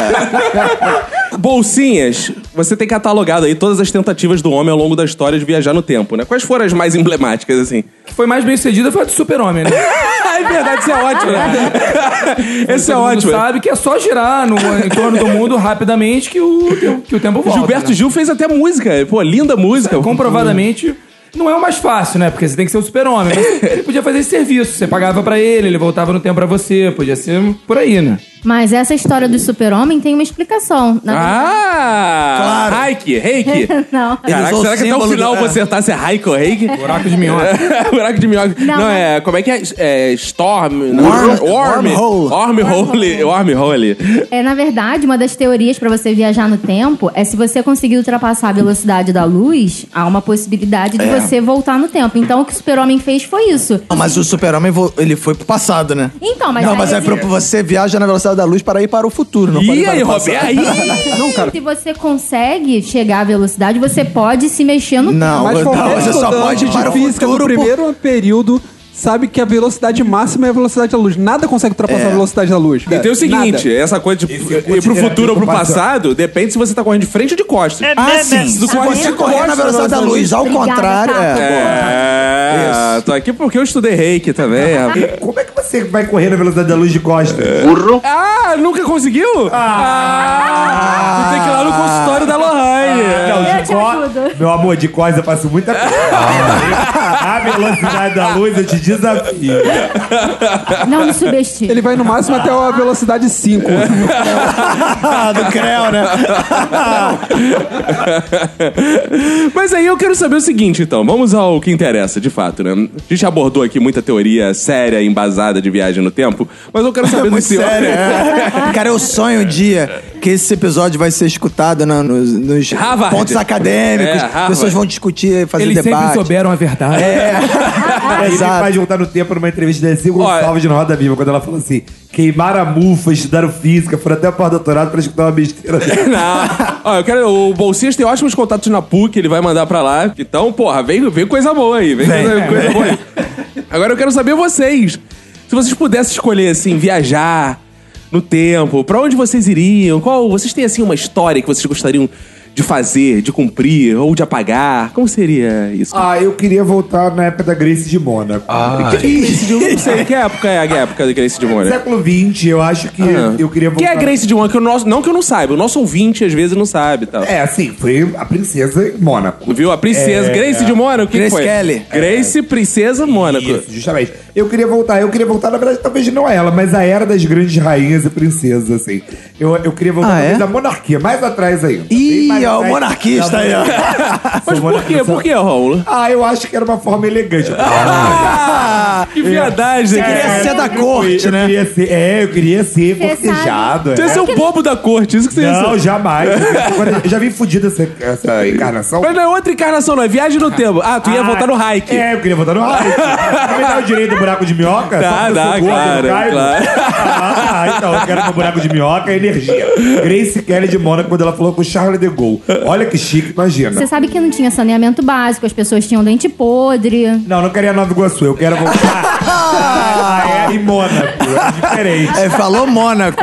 Bolsinhas, você tem catalogado aí todas as tentativas do homem ao longo da história de viajar no tempo, né? Quais foram as mais emblemáticas, assim? que foi mais bem sucedida foi a do Super-Homem, né? É verdade, isso é ótimo, né? Esse é Todo mundo ótimo. sabe que é só girar no, em torno do mundo rapidamente que o, que o tempo volta. Gilberto né? Gil fez até música. Pô, linda música. Comprovadamente, não é o mais fácil, né? Porque você tem que ser o super-homem. Mas ele podia fazer esse serviço. Você pagava pra ele, ele voltava no tempo pra você. Podia ser por aí, né? Mas essa história do super-homem tem uma explicação. Na Ah! Claro. Reiki, reiki. Não. Ele Caraca, usou será o que até o símbolo final do- você acertasse é Reiki ou reiki? Buraco de minhoca. Buraco de minhoca. Não, Não, é... Como é que é? É Storm... não, Worm- Worm. Wormhole. Wormhole. Wormhole. É, na verdade, uma das teorias pra você viajar no tempo é se você conseguir ultrapassar a velocidade da luz, há uma possibilidade de É. você voltar no tempo. Então, o que o super-homem fez foi isso. Não, mas o super-homem, vo- ele foi pro passado, né? Então, mas Não, aí mas é existe- pro, você viaja na velocidade da luz para ir para o futuro, não pode ir E para aí, o passado. Roberto? Aí... Não, cara. Se você consegue chegar à velocidade, você pode se mexer no Não, Mas não, qualquer você só estudante pode ir para de o física futuro do por- primeiro período sabe que a velocidade máxima é a velocidade da luz. Nada consegue ultrapassar É. a velocidade da luz. Então é o seguinte, Nada. essa coisa de Esse ir pro considera futuro ou pro preocupação. passado, depende se você tá correndo de frente ou de costas. Ah, sim. Se Tá você vendo? correr na velocidade da luz, ao Obrigada, contrário... Tato. É, tô aqui porque eu estudei reiki também. rapaz. Como é que você vai correr na velocidade da luz de costas? Ah, nunca conseguiu? Ah! Tu tem que ir lá no consultório da Lohane. Não, Eu de te co- ajudo. Meu amor, de costas eu passo muita coisa. A velocidade da luz eu te desafio. Não me subestime. Ele vai no máximo até a velocidade cinco. Ah, do Creu, né? Mas aí eu quero saber o seguinte, então. Vamos ao que interessa, de fato, né? A gente abordou aqui muita teoria séria, embasada de viagem no tempo, mas eu quero saber do Muito senhor. sério, é. Cara, eu sonho um dia que esse episódio vai ser escutado na- nos, nos Harvard. pontos acadêmicos. É, Harvard. Pessoas vão discutir, fazer Eles debate. sempre souberam a verdade. É. Ele Exato. faz voltar no tempo numa entrevista da Silvia Olha- Gonçalves no Roda Viva, quando ela falou assim: queimaram a mufa, estudaram física, foram até o pós-doutorado pra escutar uma besteira dela. Não. Ó, eu quero. O Bolsinhas tem ótimos contatos na P U C, ele vai mandar pra lá. Então, porra, vem, vem coisa boa aí. Vem, coisa, coisa boa aí. Agora eu quero saber vocês. Se vocês pudessem escolher, assim, viajar no tempo, pra onde vocês iriam? Qual. Vocês têm, assim, uma história que vocês gostariam de fazer, de cumprir, ou de apagar? Como seria isso? Ah, eu queria voltar na época da Grace de Mônaco. Ah, Grace de Mônaco. Não sei, que época é a época da Grace de Mônaco? Século vinte, eu acho que Ah. eu queria voltar. Quem é a Grace de Mônaco? Que o nosso- Não que eu não saiba, o nosso ouvinte às vezes não sabe e tal. É, assim, foi a princesa Mônaco. Viu? A princesa É, Grace de Mônaco, quem Grace foi? Kelly. Grace, princesa Mônaco. Isso, justamente. Eu queria voltar, eu queria voltar, na verdade, talvez não ela, mas a era das grandes rainhas e princesas, assim. Eu, eu queria voltar Ah, talvez é? da monarquia, mais atrás ainda. Bem Ih, mais ó, o atrás monarquista da aí, ó. Mas Sou por quê? monarquista. Por quê, Rômulo? Ah, eu acho que era uma forma elegante. Ah, Que viadagem. Você queria ser da corte, eu né? Queria ser, é, eu queria ser Você cortejado. Você é. ia ser o bobo da corte, isso que você ia Não, ser. jamais. Quando eu já vi fudida essa, essa encarnação. Mas não é outra encarnação, não é viagem no tempo. Ah, tu ia Ah, voltar no Hike. É, eu queria voltar no Hike. Vai me dar o direito do buraco de minhoca? Dá, Só porque eu dá, sou gordo, claro, eu caibo? claro. Ah, então, eu quero meu buraco de minhoca e energia. Grace Kelly de Mônaco, quando ela falou com o Charles de Gaulle. Olha que chique, imagina. Você sabe que não tinha saneamento básico, as pessoas tinham dente podre. Não, não queria Nova Iguaçu, eu quero voltar. Ah, é em Mônaco, é diferente. É, falou Mônaco.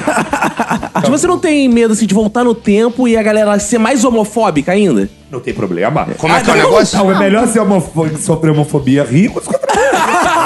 Mas você não tem medo assim, de voltar no tempo e a galera ser mais homofóbica ainda? Não tem problema. Como é que é o negócio? Não, é melhor ser homofóbico, sofrer homofobia rico. Mas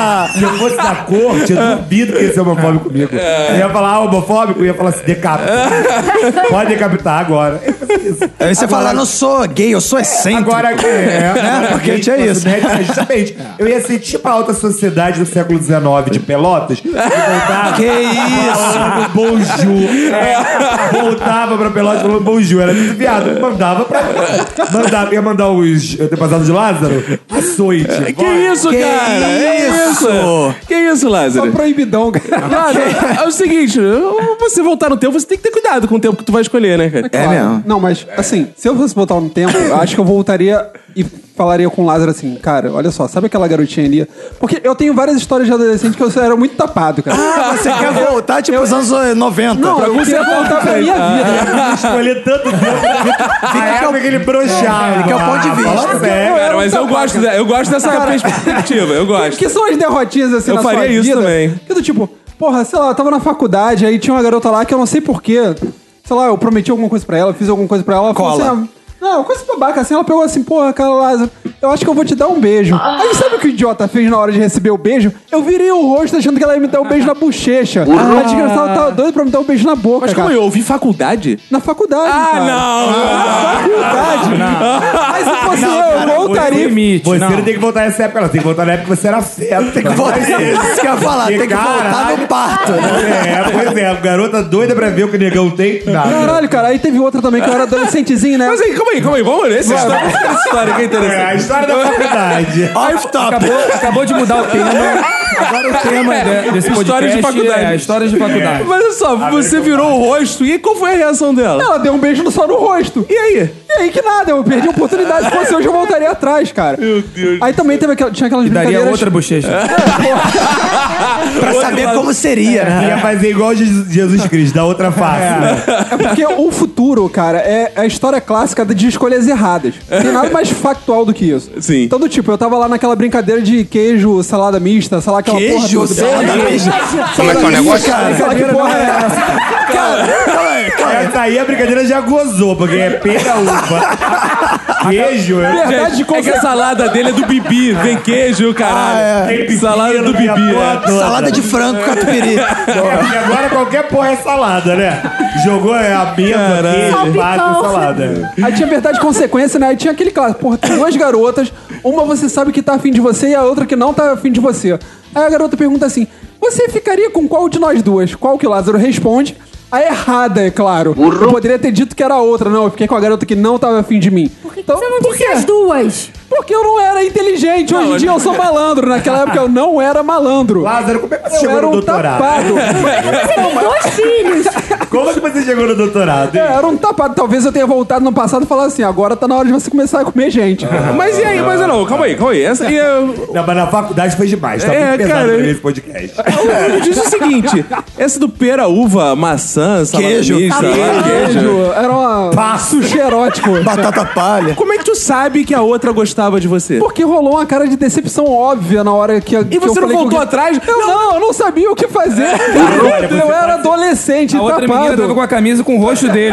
Se eu fosse da corte, eu duvido que ia ser homofóbico comigo. Eu ia falar ah, homofóbico, eu ia falar assim, decapita. Pode decapitar agora. Aí você fala, não sou gay, eu sou excêntrico. Agora que é, né? Porque gay, tinha isso. né? Justamente. Eu ia ser tipo a alta sociedade do século dezenove de Pelotas. Que voltava. Que isso? Falando bonjour. É, voltava pra Pelotas falando bonjour. Era tudo viado. Mandava pra. Mandava, ia mandar os antepassados de Lázaro. Açoite. Que isso, Que cara? É isso? Que isso, Só Lázaro? proibidão, cara. Lázaro, é o seguinte, você voltar no tempo, você tem que ter cuidado com o tempo que tu vai escolher, né, cara? É mesmo. Não, mas assim, se eu fosse voltar no tempo, eu acho que eu voltaria e falaria com o Lázaro assim, cara, olha só, sabe aquela garotinha ali? Porque eu tenho várias histórias de adolescente que eu era muito tapado, cara. Ah, você quer voltar, tipo, os anos noventa. Não, eu queria voltar pra minha vida. Escolher tanto tempo. A época que ele broxava. Ele quer o ponto de vista. Fala sério. Cara, mas eu gosto, de- eu gosto dessa perspectiva, eu gosto. Que são as derrotinhas assim Eu na faria sua isso vida, também. Que do tipo, porra, sei lá, eu tava na faculdade, aí tinha uma garota lá que eu não sei porquê. Sei lá, eu prometi alguma coisa pra ela, fiz alguma coisa pra ela. ela falou Cola. assim, ah, não, coisa babaca assim, ela pegou assim, porra, cara, Lázaro, eu acho que eu vou te dar um beijo. Aí sabe o que o idiota fez na hora de receber o beijo? Eu virei o rosto achando que ela ia me dar um beijo na bochecha. A desgraçada tava doida pra me dar um beijo na boca, Mas como cara. eu ouvi faculdade? Na faculdade, Ah, cara. não! Na faculdade. Mas se fosse eu, eu voltaria. Limite, Você não. não tem que voltar nessa época, não. Tem que voltar na época que você era feto. Tem que Volta- Isso que eu ia falar, tem que voltar no parto. É, pois é. A garota doida pra ver o que o negão tem. Nada. Caralho, cara, aí teve outra também que eu era adolescentezinho, né? Mas aí, calma aí, calma aí, vamos ler essa história. Essa história que é É, a interessante. história da faculdade. Off top. Acabou, acabou de mudar o tema. Agora o tema de- desse podcast Histórias de faculdade. é histórias de faculdade. Mas olha só, você virou o rosto e qual foi a reação dela? Ela deu um beijo só no rosto. E aí? E aí que nada, eu perdi a oportunidade. Se fosse hoje, eu voltaria atrás, cara. Meu Deus. Aí também teve aquela, tinha aquelas Daria brincadeiras... outra bochecha. Pra saber como seria, né? Ia fazer igual Jesus Jesus Cristo, da outra face. É porque o futuro, cara, é a história clássica de escolhas erradas. Tem nada mais factual do que isso. Sim. Então, do tipo, eu tava lá naquela brincadeira de queijo, salada mista, sei lá, aquela porra Queijo, toda. salada mista. Como é que é o negócio? Cara, Sei lá que porra é essa. Essa aí a brincadeira já gozou, porque é pega uva. Queijo, é. Verdade de É que a salada dele é do Bibi, vem queijo, caralho. Tem pepino, Salada do tem a Bibi, porra é. toda. Salada de frango catupiry. É, e agora qualquer porra é salada, né? Jogou é a mesa, queijo, pato e salada. Aí tinha verdade e consequência, né? Aí tinha aquele claro, porra, tem duas garotas, uma você sabe que tá afim de você e a outra que não tá afim de você. Aí a garota pergunta assim, você ficaria com qual de nós duas? Qual que o Lázaro responde? A errada, é claro. Eu poderia ter dito que era a outra, não. Eu fiquei com a garota que não tava afim de mim. Por que, que Então, você não por disse quê? as duas? Porque eu não era inteligente. Hoje em dia eu sou malandro. Naquela época eu não era malandro. Lázaro, como é que você Eu chegou era no um doutorado? tapado. Você tem dois filhos. Como é que você chegou no doutorado? É, era um tapado. Talvez eu tenha voltado no passado e falado assim, agora tá na hora de você começar a comer gente. Mas e aí? Mas não, calma aí, calma aí. Essa aí é... Não, mas na faculdade foi demais. Tá É, muito pesado cara. pra mim esse podcast. Me diz o seguinte, essa do pera, uva, maçã, salada Queijo. mista, lá, queijo. Queijo. Era uma sushi erótico. Batata palha. Como é que tu sabe que a outra gostava de você? Porque rolou uma cara de decepção óbvia na hora que, que E você eu não falei voltou com- atrás? Eu não, eu não sabia o que fazer. Olha, você eu era pode- adolescente, A outra menina tava tapado. com a camisa com o rosto dele.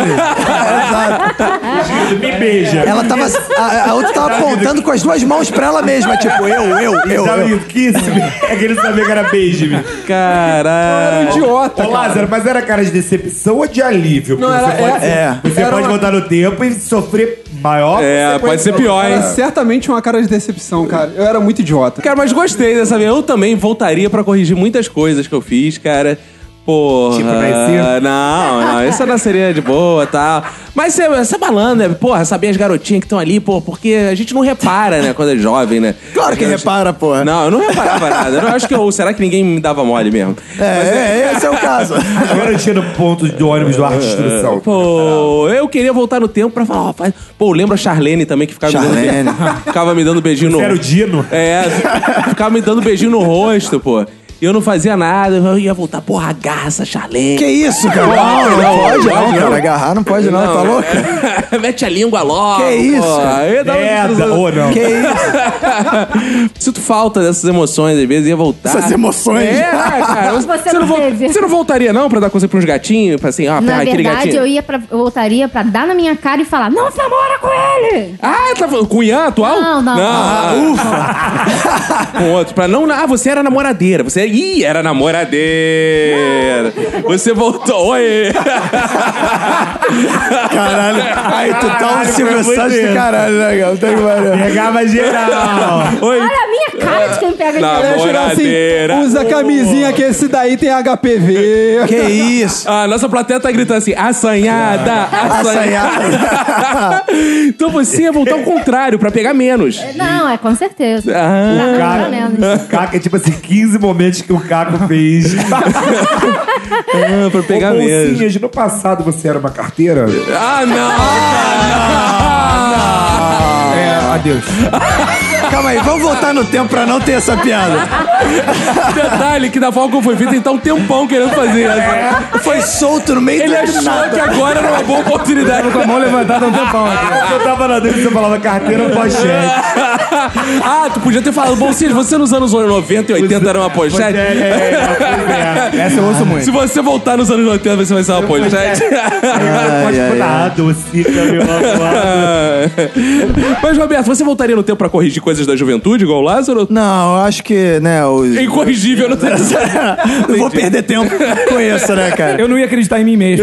Me beija. Ela tava. A, a outra tava apontando com as duas mãos pra ela mesma. Tipo, eu, eu, eu. Sabe eu. o que isso? É que ele sabia que era beijo. Era Caralho. um idiota, Ô, cara. Lázaro, mas era cara de decepção ou de alívio? Não, Porque era- você pode, é- é. você Era pode uma- voltar no tempo e sofrer maior. É, pode ser pior, hein? Era certamente uma cara de decepção, cara. Eu era muito idiota. Cara, mas gostei dessa vez. Eu também voltaria pra corrigir muitas coisas que eu fiz, cara. Porra. Tipo, nascer? Não, não. Essa nasceria de boa e tal. Mas você, você é malandro, né? Porra, saber as garotinhas que estão ali, pô, porque a gente não repara, né? Quando é jovem, né? Claro que repara, porra. Não, eu não reparava nada. Eu não acho que eu. Será que ninguém me dava mole mesmo? É, é, esse é o caso. Agora eu tinha no ponto do ônibus do arte de instrução. Pô, eu queria voltar no tempo pra falar, ó, faz... Pô, lembra a Charlene também que ficava me Charlene. dando, ficava me dando beijinho no Você era o Dino? É, ficava me dando beijinho no rosto, pô. eu não fazia nada, eu ia voltar, porra, agarra essa Charlene. Que isso, cara? Não, Não, não, não, pode, não, não, não. cara. Agarrar não pode, não. Tá louco? Mete a língua logo. Que isso? Porra. Eu ia dar uma Merda, destruição. ou não. Que isso? Sinto falta dessas emoções, às vezes ia voltar. Essas emoções. É, cara. Você não vol- teve. você não voltaria, não, pra dar coisa pros gatinhos? Pra assim, ó, Na aquele verdade, gatinho. eu ia pra, eu voltaria pra dar na minha cara e falar, não se namora com ele! Ah, tá falando com o Ian atual? Não, não. Ah, ufa. Com outro. Pra não. Ah, você era namoradeira. Você. Ih, era namoradeira. Você voltou. Oi. Caralho. Aí tu tá um Caralho, Silvio foi Santos muito do caralho, né, cara? Tem que variar. Pegava geral. Oi. Olha a minha cara de quem pega Não, de Ia chegar assim, Namoradeira. usa camisinha que esse daí tem H P V. Que isso? A nossa plateia tá gritando assim, assanhada, assanhada. Então você ia voltar ao contrário, pra pegar menos. Não, é com certeza. Ah. Não, Caco, pelo menos. Caco é tipo assim, quinze momentos que o Caco fez. Ah, pra pegar Ô, menos. Bolsinhas, no passado você era uma carteira? Ah, não! É, adeus. Calma aí, vamos voltar no tempo pra não ter essa piada. Detalhe que da forma como foi feito, ele tá um tempão querendo fazer essa. Foi solto no meio Ele do achou nada. que agora era uma boa oportunidade. Com a mão levantada há um tempão aqui. Eu tava na dúvida se você falava carteira ou pochete. Ah, tu podia ter falado, Bolsinhas, você nos anos noventa e oitenta era uma pochete? É, é, é, Essa eu ouço muito. Se você voltar nos anos oitenta, você vai ser uma pochete. Pode ai, falar, docica, meu amor. Mas, Roberto, você voltaria no tempo pra corrigir coisas da juventude, igual o Lázaro? Não, eu acho que, né, os... É incorrigível, não tem. Não vou perder tempo com isso, né, cara? Eu não ia acreditar em mim mesmo.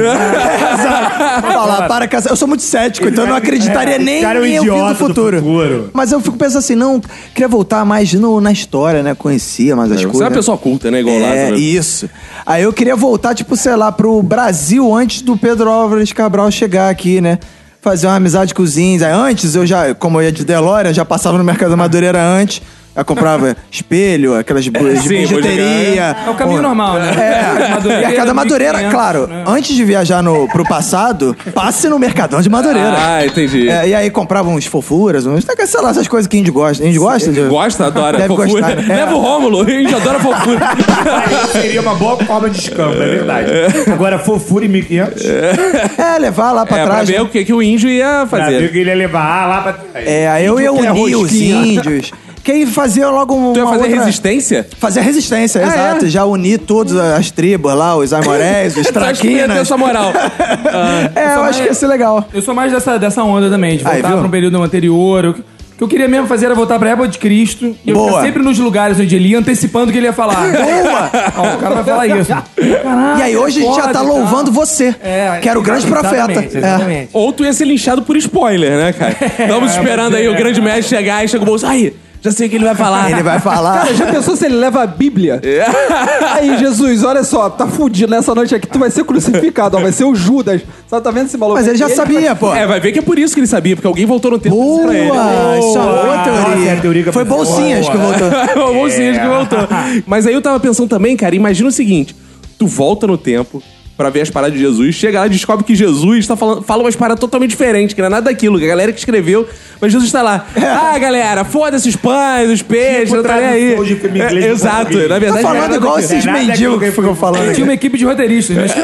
Falar, para casar. Eu sou muito cético, então eu não acreditaria nem cara é um em eu vir idiota do futuro. do futuro. Mas eu fico pensando assim, não, queria voltar mais no, na história, né? Conhecia mais as Você coisas. é uma pessoa culta, né? Igual o É, Lázaro. isso. Aí eu queria voltar, tipo, sei lá, pro Brasil antes do Pedro Álvares Cabral chegar aqui, né? Fazer uma amizade com os índios. Aí antes, eu já, como eu ia de DeLorean, já passava no Mercado da Madureira antes. Eu comprava espelho, aquelas bu- de sim, bijuteria. É o caminho normal, né? É, Madureira, Mercado da Madureira, mil e quinhentos, claro. né? Antes de viajar no, pro passado, passe no Mercadão de Madureira. Ah, entendi. É, e aí comprava uns fofuras, uns, sei lá, essas coisas que índio gosta. Índio gosta? De... Gosta, adora. Deve Fofura. gostar, né? Leva o Rômulo, a gente adora fofura. Aí seria uma boa forma de escampo, é verdade. Agora, fofura em mil e quinhentos. É, levar lá pra É, pra trás. ver né? o que, que o índio ia Pra ver o fazer. que ele ia levar ah, lá pra trás. É, aí eu ia Índio quer unir os rosquinha. índios. Que aí fazia logo um. Tu ia fazer resistência? Fazer resistência, Ah, exato. é? Já unir todas as tribos lá, os aimorés, os Acho que ia ter traquinas. essa moral. É, eu acho que ia ser legal. Eu sou mais dessa, dessa onda também, de Aí, voltar viu? pra um período anterior. O que eu queria mesmo fazer era voltar pra época de Cristo. E eu Boa. ficar sempre nos lugares onde ele ia, antecipando o que ele ia falar. Boa! Ó, o cara vai falar isso. Caralho, E aí hoje a gente já pode tá e tal. louvando você, É, que era o grande profeta. Exatamente, É. exatamente. Ou tu ia ser linchado por spoiler, né, cara? Estamos esperando aí o grande mestre chegar e chega o bolso. Aí, já sei o que ele vai falar. Ele vai falar. Cara, já pensou se ele leva a Bíblia? Aí, Jesus, olha só, tá fudido nessa noite aqui, tu vai ser crucificado, ó, vai ser o Judas. Sabe, tá vendo esse maluco? Mas ele já aqui? sabia, pô. É, vai ver que é por isso que ele sabia, porque alguém voltou no tempo e disse Boa! pra ele. Isso é uma boa Nossa, teoria. é a teoria que eu Foi pensei. Bolsinhas que voltou. O bolsinhas que voltou. Mas aí eu tava pensando também, cara, imagina o seguinte: tu volta no tempo pra ver as paradas de Jesus, chega lá e descobre que Jesus tá falando, fala umas paradas totalmente diferentes, que não é nada daquilo, que a galera que escreveu, mas Jesus tá lá. Ah, galera, foda-se os pães, os peixes, Tipo não tá nem aí. tradução de filme inglês É, de exato, português. na Tá verdade. falando era igual daquilo. esses É nada mendigos daquilo que ficam falando Tinha aqui. uma equipe de roteiristas, né?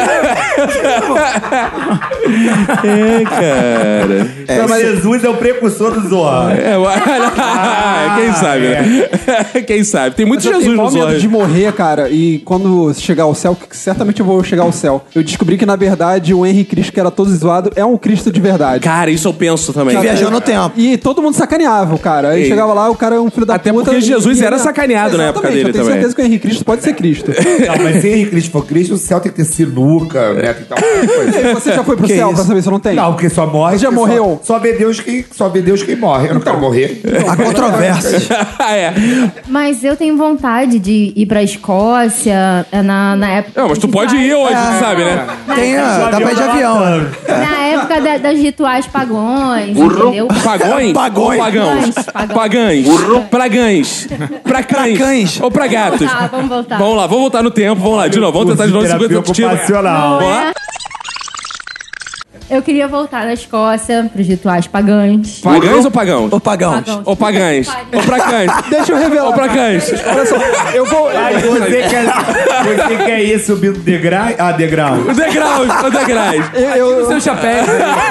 É, cara. Então, mas Jesus é o precursor do Zohar. É, quem sabe, né? Quem sabe? Tem muito Mas eu Jesus tenho maior nos medo olhos. de morrer, cara, e quando chegar ao céu, que certamente eu vou chegar ao céu, eu descobri que, na verdade, o Henry Cristo, que era todo zoado, é um Cristo de verdade. Cara, isso eu penso também. Que viajou no tempo. E todo mundo sacaneava o cara. Aí Ei. chegava lá, o cara é um filho da Até puta. porque e- Jesus e era ele- sacaneado na época Exatamente, dele eu tenho também. certeza que o Henry Cristo pode ser Cristo. Não, mas se Henrique Cristo for Cristo, o céu tem que ter sinuca, né? Tem que ter alguma coisa. E você já foi pro Que céu isso? pra saber se não tem? Não, porque só morre. Já porque morreu? Só, só vê Deus quem, só vê Deus quem morre. Eu não quero morrer. Há controvérsias. é. Mas eu tenho vontade de ir pra Escócia é, na, na época. Não, mas tu dos pode ir rituais- hoje, tu sabe, né? Tem, a- dá pra ir de avião. né? Na época da- das rituais pagões, entendeu? Pagões? Pagões. Ou pagãos? Pagões. Pagães. Pragães. Pra cães. cães. Ou pra gatos. Vamos voltar, vamos voltar. Vamos lá, vamos voltar no tempo, vamos lá, de novo. Vamos tentar de novo Curso de cinquenta terapia títulos. ocupacional. Vamos lá? Eu queria voltar na Escócia pros rituais pagãos. Pagãs ou pagãos? Ô, pagãos. Pagãos. Ou pagãs? Ou pra cães? Deixa eu revelar. Ou pra cães? Olha só, eu vou... Ai, você quer, você quer ir subindo degrau? Ah, degrau. O degraus, o degraus. Eu, eu, O seu chapéu.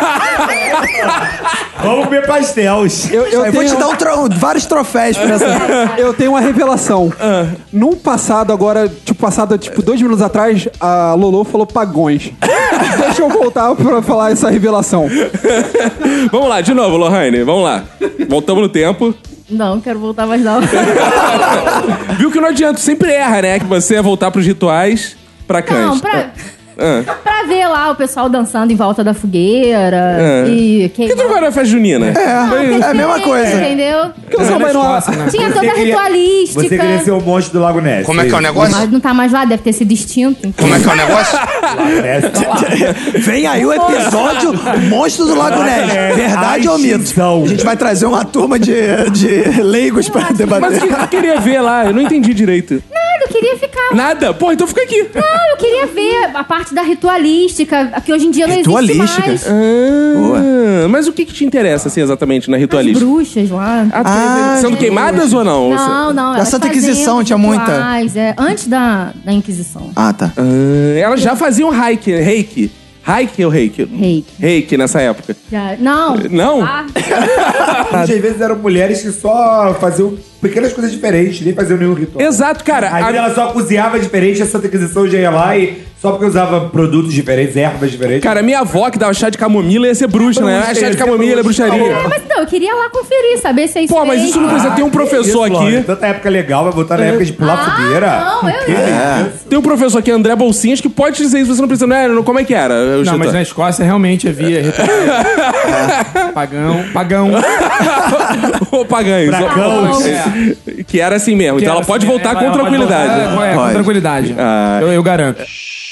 Vamos comer pastéis. eu, eu Eu vou tenho- te dar um tro- vários troféus pra essa. Eu tenho uma revelação. Num passado, agora, tipo, passado, tipo, dois minutos atrás, a Lolo falou pagões. Deixa eu voltar pra falar essa revelação. Vamos lá, de novo, Lohane, vamos lá. Voltamos no tempo. Não, quero voltar mais não. Viu que não adianta, sempre erra, né? Que você é voltar pros rituais pra cães. Não, pra, Ah. pra ver lá o pessoal dançando em volta da fogueira É. e Por que tu não vai na festa junina? É, é a mesma coisa. Entendeu? Por que você não vai numa... Tinha toda a queria- ritualística. Você queria ser o monstro do Lago Ness. Como é que é o negócio? Mas não tá mais lá, deve ter sido extinto. Como é que é o negócio? Lago Ness tá lá. Vem aí o episódio Monstros do Lago Ness. Verdade A ou mito? extinção. A gente vai trazer uma turma de, de leigos pra Mas o debater. que tu queria ver lá? Eu não entendi direito. Nada, eu queria ficar. Nada? Pô, então fica aqui. Não, eu queria ver a parte da ritualística, que hoje em dia não existe Ritualística? mais. Ah, mas o que que te interessa, assim, exatamente, na As ritualística? bruxas lá. Ah, Ah, sendo gente. queimadas ou não? Não, não. Da elas Santa faziam Inquisição tinha muita. rituais, É, antes da, da Inquisição. Ah, tá. Ah, elas já faziam reiki, reiki. Reiki ou reiki? Reiki. Reiki nessa época. Já- não. Não? Ah, Muitas vezes eram mulheres que só faziam pequenas coisas diferentes, nem faziam nenhum ritual. Exato, cara. Às vezes A- ela só cozinhava diferente, a Santa Inquisição já ia lá e só porque usava produtos diferentes, ervas diferentes. Cara, minha avó que dava chá de camomila ia ser bruxa, né? Bruxa, Ah, chá ia de ser camomila é bruxa. bruxaria. é, mas não, eu queria lá conferir, saber se é isso Pô, mas mesmo. isso não precisa ter um professor Isso, aqui. Lore, tanta época legal, vai voltar na época de pular Ah, fogueira. não, eu Que não. isso? Tem um professor aqui, André Bolsinhas, que pode te dizer isso, você não precisa. Não é, não- como é que era? o Não, ritual? mas na Escócia realmente havia ritual. Pagão. Pagão. Ô, pagães. Bracãos. É. Que era assim mesmo. Que então ela era pode assim, voltar é, com ela pode tranquilidade. voltar, é, com Pode. tranquilidade. Ah. Eu, eu garanto.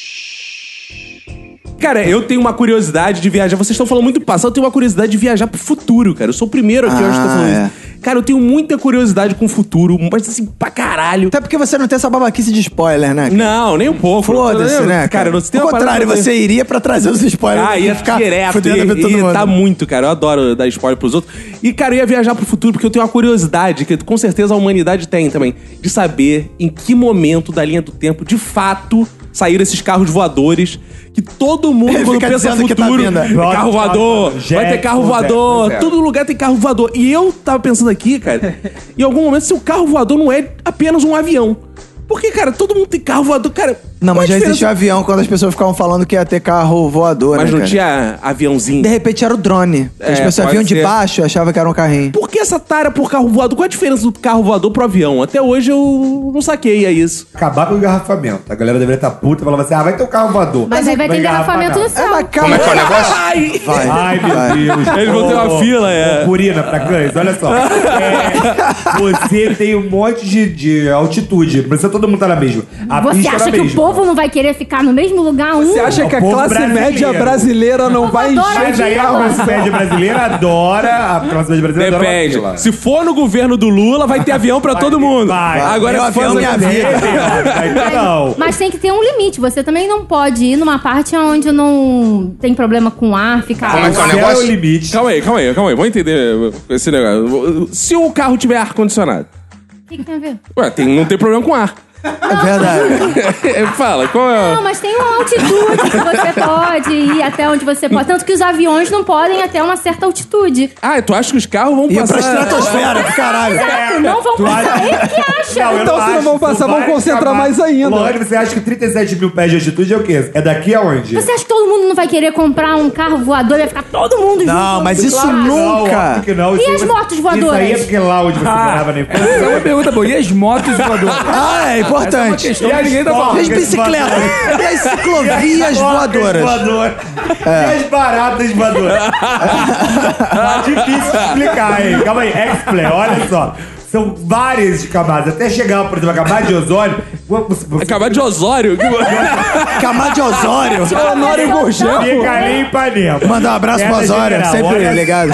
Cara, eu tenho uma curiosidade de viajar. Vocês estão falando muito do passado, eu tenho uma curiosidade de viajar pro futuro, cara. Eu sou o primeiro aqui hoje que tô Ah, falando é. isso. Cara, eu tenho muita curiosidade com o futuro, mas assim, pra caralho. Até porque você não tem essa babaquice de spoiler, né? cara? Não, nem um pouco. Foda-se, né? Cara, não tem Ao uma parada contrário, que eu- você iria pra trazer os spoilers. Ah, e ia ficar direto, fudendo ia, a vida de todo ia mundo. tá muito, cara. Eu adoro dar spoiler pros outros. E, cara, eu ia viajar pro futuro porque eu tenho uma curiosidade, que com certeza a humanidade tem também, de saber em que momento da linha do tempo, de fato, saíram esses carros voadores que todo mundo, Ele quando fica pensa dizendo que tá futuro, vindo. tem carro voador, vai ter Jetson, carro voador, Jetson, todo lugar tem carro voador. E eu tava pensando aqui, cara, em algum momento, se o carro voador não é apenas um avião. Porque, cara, todo mundo tem carro voador. Cara, Não, qual a mas já diferença? existia avião quando as pessoas ficavam falando que ia ter carro voador, Mas né, não cara? tinha aviãozinho. De repente era o drone. É, as pessoas pode vinham de ser. baixo e achavam que era um carrinho. Por que essa tara por carro voador? Qual a diferença do carro voador pro avião? Até hoje eu não saquei é isso. Acabar com o engarrafamento. A galera deveria estar puta e falava assim: ah, vai ter um carro voador. Mas aí vai ter engarrafamento no É, céu. mas calma. Como é que é o negócio? Ai! Vai, Ai, meu vai. Deus. Eles vão ter uma Ô, fila, é. ô, Purina pra cães, olha só. É, você tem um monte de, de altitude. Não precisa todo mundo estar na mesma. A Você pista é acha na que o mesma. povo não vai querer ficar no mesmo lugar um? Você acha que a povo classe brasileiro. média brasileira não vai adora encher Mas de aí a carro? classe média brasileira adora. A classe média brasileira adora. Depende. uma fila. Se for no governo do Lula, vai ter avião pra todo mundo. vai. Agora Meu se for avião, minha no- vida. Vai ter, não. Mas tem que ter um limite. Você também não pode ir numa parte onde não tem problema com ar, ficar. Como é que é o O céu é o negócio? limite. Calma aí, calma aí, calma aí. Vamos entender esse negócio. Se o carro tiver ar-condicionado, O que, que tem a ver? ué, tem, não tem problema com ar. É verdade. Fala, qual é? Não, mas tem uma altitude que você pode ir até onde você pode. Tanto que os aviões não podem ir até uma certa altitude. Ah, tu acha que os carros vão Ia pra passar... estratosfera, que caralho. Exato, não vão passar. Ele que acha. Não, eu Então, não se não acho. vão passar, Tu vão vai concentrar acabar. mais ainda. Lore, você acha que trinta e sete mil pés de altitude é o quê? É daqui aonde? Você acha que todo mundo não vai querer comprar um carro voador e vai ficar todo mundo junto? Não, mas isso Claro. Não, nunca. óbvio que não. E Isso as aí- motos voadoras? Isso aí é porque lá onde você morava na Essa é infância. uma pergunta boa. E as motos voadoras? Ah, é Essa é uma importante. questão E que as ninguém tá motos? falando. E as bicicletas? E as ciclovias voadoras? voadoras. E as baratas voadoras. Tá difícil de explicar, hein? Calma aí, explain, olha só. São várias camadas. Até chegar, por exemplo, a camada de ozônio. você- você Acabar de Osório? Camada de Osório. Honório Gurgel. Fica ali em Ipanema. Mandar um abraço pro Perna Osório, geral, sempre olha ligado.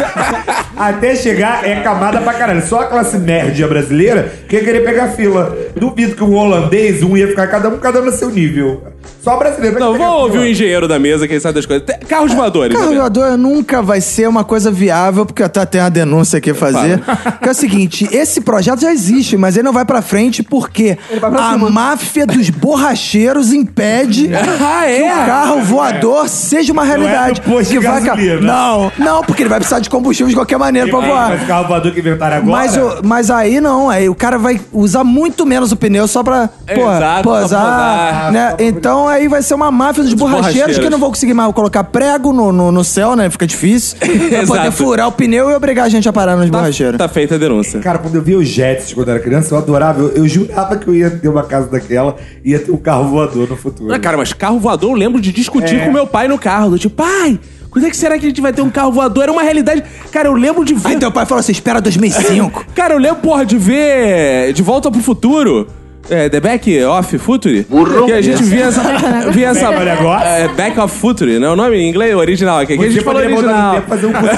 Até chegar é camada pra caralho. Só a classe média brasileira que ia querer pegar fila. Duvido que um holandês, um ia ficar cada um, cada um no seu nível. Só brasileiro. Não, vamos ouvir o engenheiro da mesa, quem sabe das coisas. Tem- Carros voadores. Carro Roberto. voador nunca vai ser uma coisa viável, porque até tem uma denúncia aqui a fazer. Que é o seguinte, esse projeto já existe, mas ele não vai pra frente porque vai pra a cima. máfia dos borracheiros impede Ah, é? que o carro voador seja uma realidade. Não é no posto que de vai ca- gasolina. Não, não, porque ele vai precisar de combustível de qualquer maneira pra voar. Mas o carro voador que inventaram agora... Mas, o- mas aí não, aí o cara vai usar muito menos o pneu só pra porra, Exato, só posar, posar. né? Então aí vai ser uma máfia dos borracheiros, borracheiros. que não vão conseguir mais colocar prego no, no, no céu, né? Fica difícil. Pra poder Exato. furar o pneu e obrigar a gente a parar nos borracheiros. Tá feita a denúncia. Cara, quando eu via os Jets quando eu era criança, eu adorava. Eu, eu jurava que eu ia ter uma casa daquela e ia ter um carro voador no futuro. Ah, cara, mas carro voador eu lembro de discutir É. com meu pai no carro. Do tipo, pai, quando é que será que a gente vai ter um carro voador? Era uma realidade. Cara, eu lembro de ver. Aí teu pai falou assim, espera dois mil e cinco. Cara, eu lembro, porra, de ver De Volta pro Futuro. É, The Back of Future. Que a gente via essa. Via essa Back of negócio? é, Back of Future, né? O nome em inglês original aqui. Que a gente falou poderia voltar no original. tempo e fazer um curso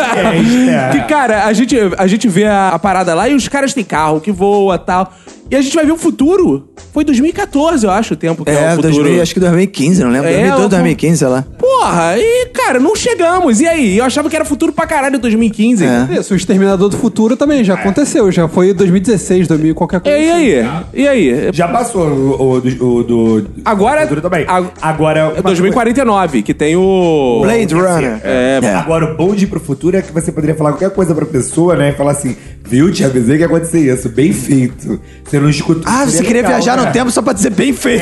de podcast, Que, cara, a gente, a gente vê a, a parada lá e os caras têm carro que voa e tal. E a gente vai ver o futuro. Foi dois mil e catorze, eu acho, o tempo que é, É, o futuro. dois mil, acho que dois mil e quinze, não lembro. É, dois mil e doze, eu- dois mil e quinze, sei lá. Porra, e, cara, não chegamos. E aí? Eu achava que era futuro pra caralho em dois mil e quinze. É. Isso, o Exterminador do Futuro também já aconteceu. Já foi dois mil e dezesseis, dois mil e qualquer E coisa. aí? E aí? Já passou o, o, do- o do... Agora- futuro também. a- Agora... É dois mil e quarenta e nove, que tem o... Blade Runner. É, É. Agora, o bom de ir pro futuro é que você poderia falar qualquer coisa pra pessoa, né? E falar assim, viu, te avisei que ia acontecer isso. Bem feito. Você não escutou. Ah, você Seria queria legal, viajar né? no tempo só pra dizer bem feito.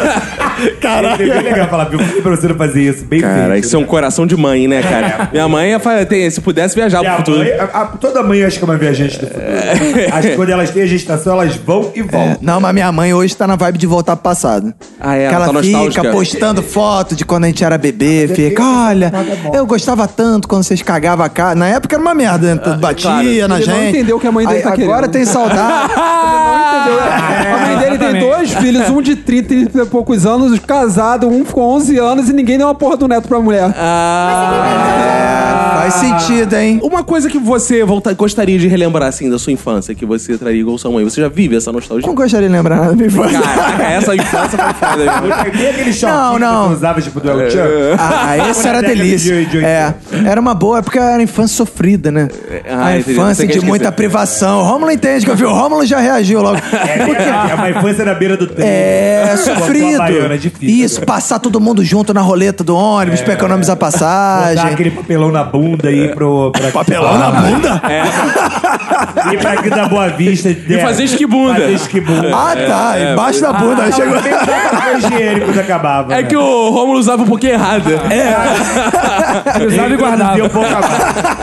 Caralho. Seria bem legal falar, viu, falei pra você não fazer isso. Bem Cara, feito. isso é um coração de mãe, né, cara? Minha mãe, ia fa- tem- se pudesse viajar pro Minha futuro. mãe, a- a- toda mãe acho que é uma viajante do futuro. Acho que quando elas têm a gestação, elas vão e É, voltam. não, mas minha mãe hoje tá na vibe de voltar pro passado. Ah, é? Que Ela ela tá fica nostálgica. postando foto de quando a gente era bebê. Fica, bem, olha, nada bom." eu gostava tanto quando vocês cagavam a cara. Na época era uma merda, né? Tudo batia claro. na Ele gente. não entendeu o que a mãe dele Aí, tá Agora querendo. tem saudade. A mãe dele tem exatamente. dois filhos, um de trinta, trinta e poucos anos, casado, um com onze anos e ninguém deu uma porra do neto pra mulher. Ah, É, faz sentido, hein? Uma coisa que você volta, gostaria de relembrar, assim, da sua infância, que você traria igual sua mãe. Você já vive essa nostalgia? Não gostaria de lembrar nada da minha infância. Caraca, essa infância foi foda. viu? Tem aquele shortinho Não, não. que tu usava, tipo, do El Chan? Ah, esse Na era década delícia. de- de É, era uma boa, é porque era infância sofrida, né? Ah, a entendi. infância Você quer de muita esquecer. privação. O Rômulo entende que eu vi. O Rômulo já reagiu logo. É, é uma infância na beira do trem. É, Com a sofrido. baiana, é difícil. Isso, passar todo mundo junto na roleta do ônibus pra economizar Botar passagem. aquele papelão na bunda e ir pro... Pra... Papelão na bunda? Ir pra aqui da Boa Vista. E fazer esquibunda. Fazer esquibunda. Ah, tá. Embaixo da bunda. Aí chegou. Papel higiênico quando acabava. É né? que o Rômulo usava um pouquinho errado. Eu usava e Ele guardava. produzia um pouco a mais.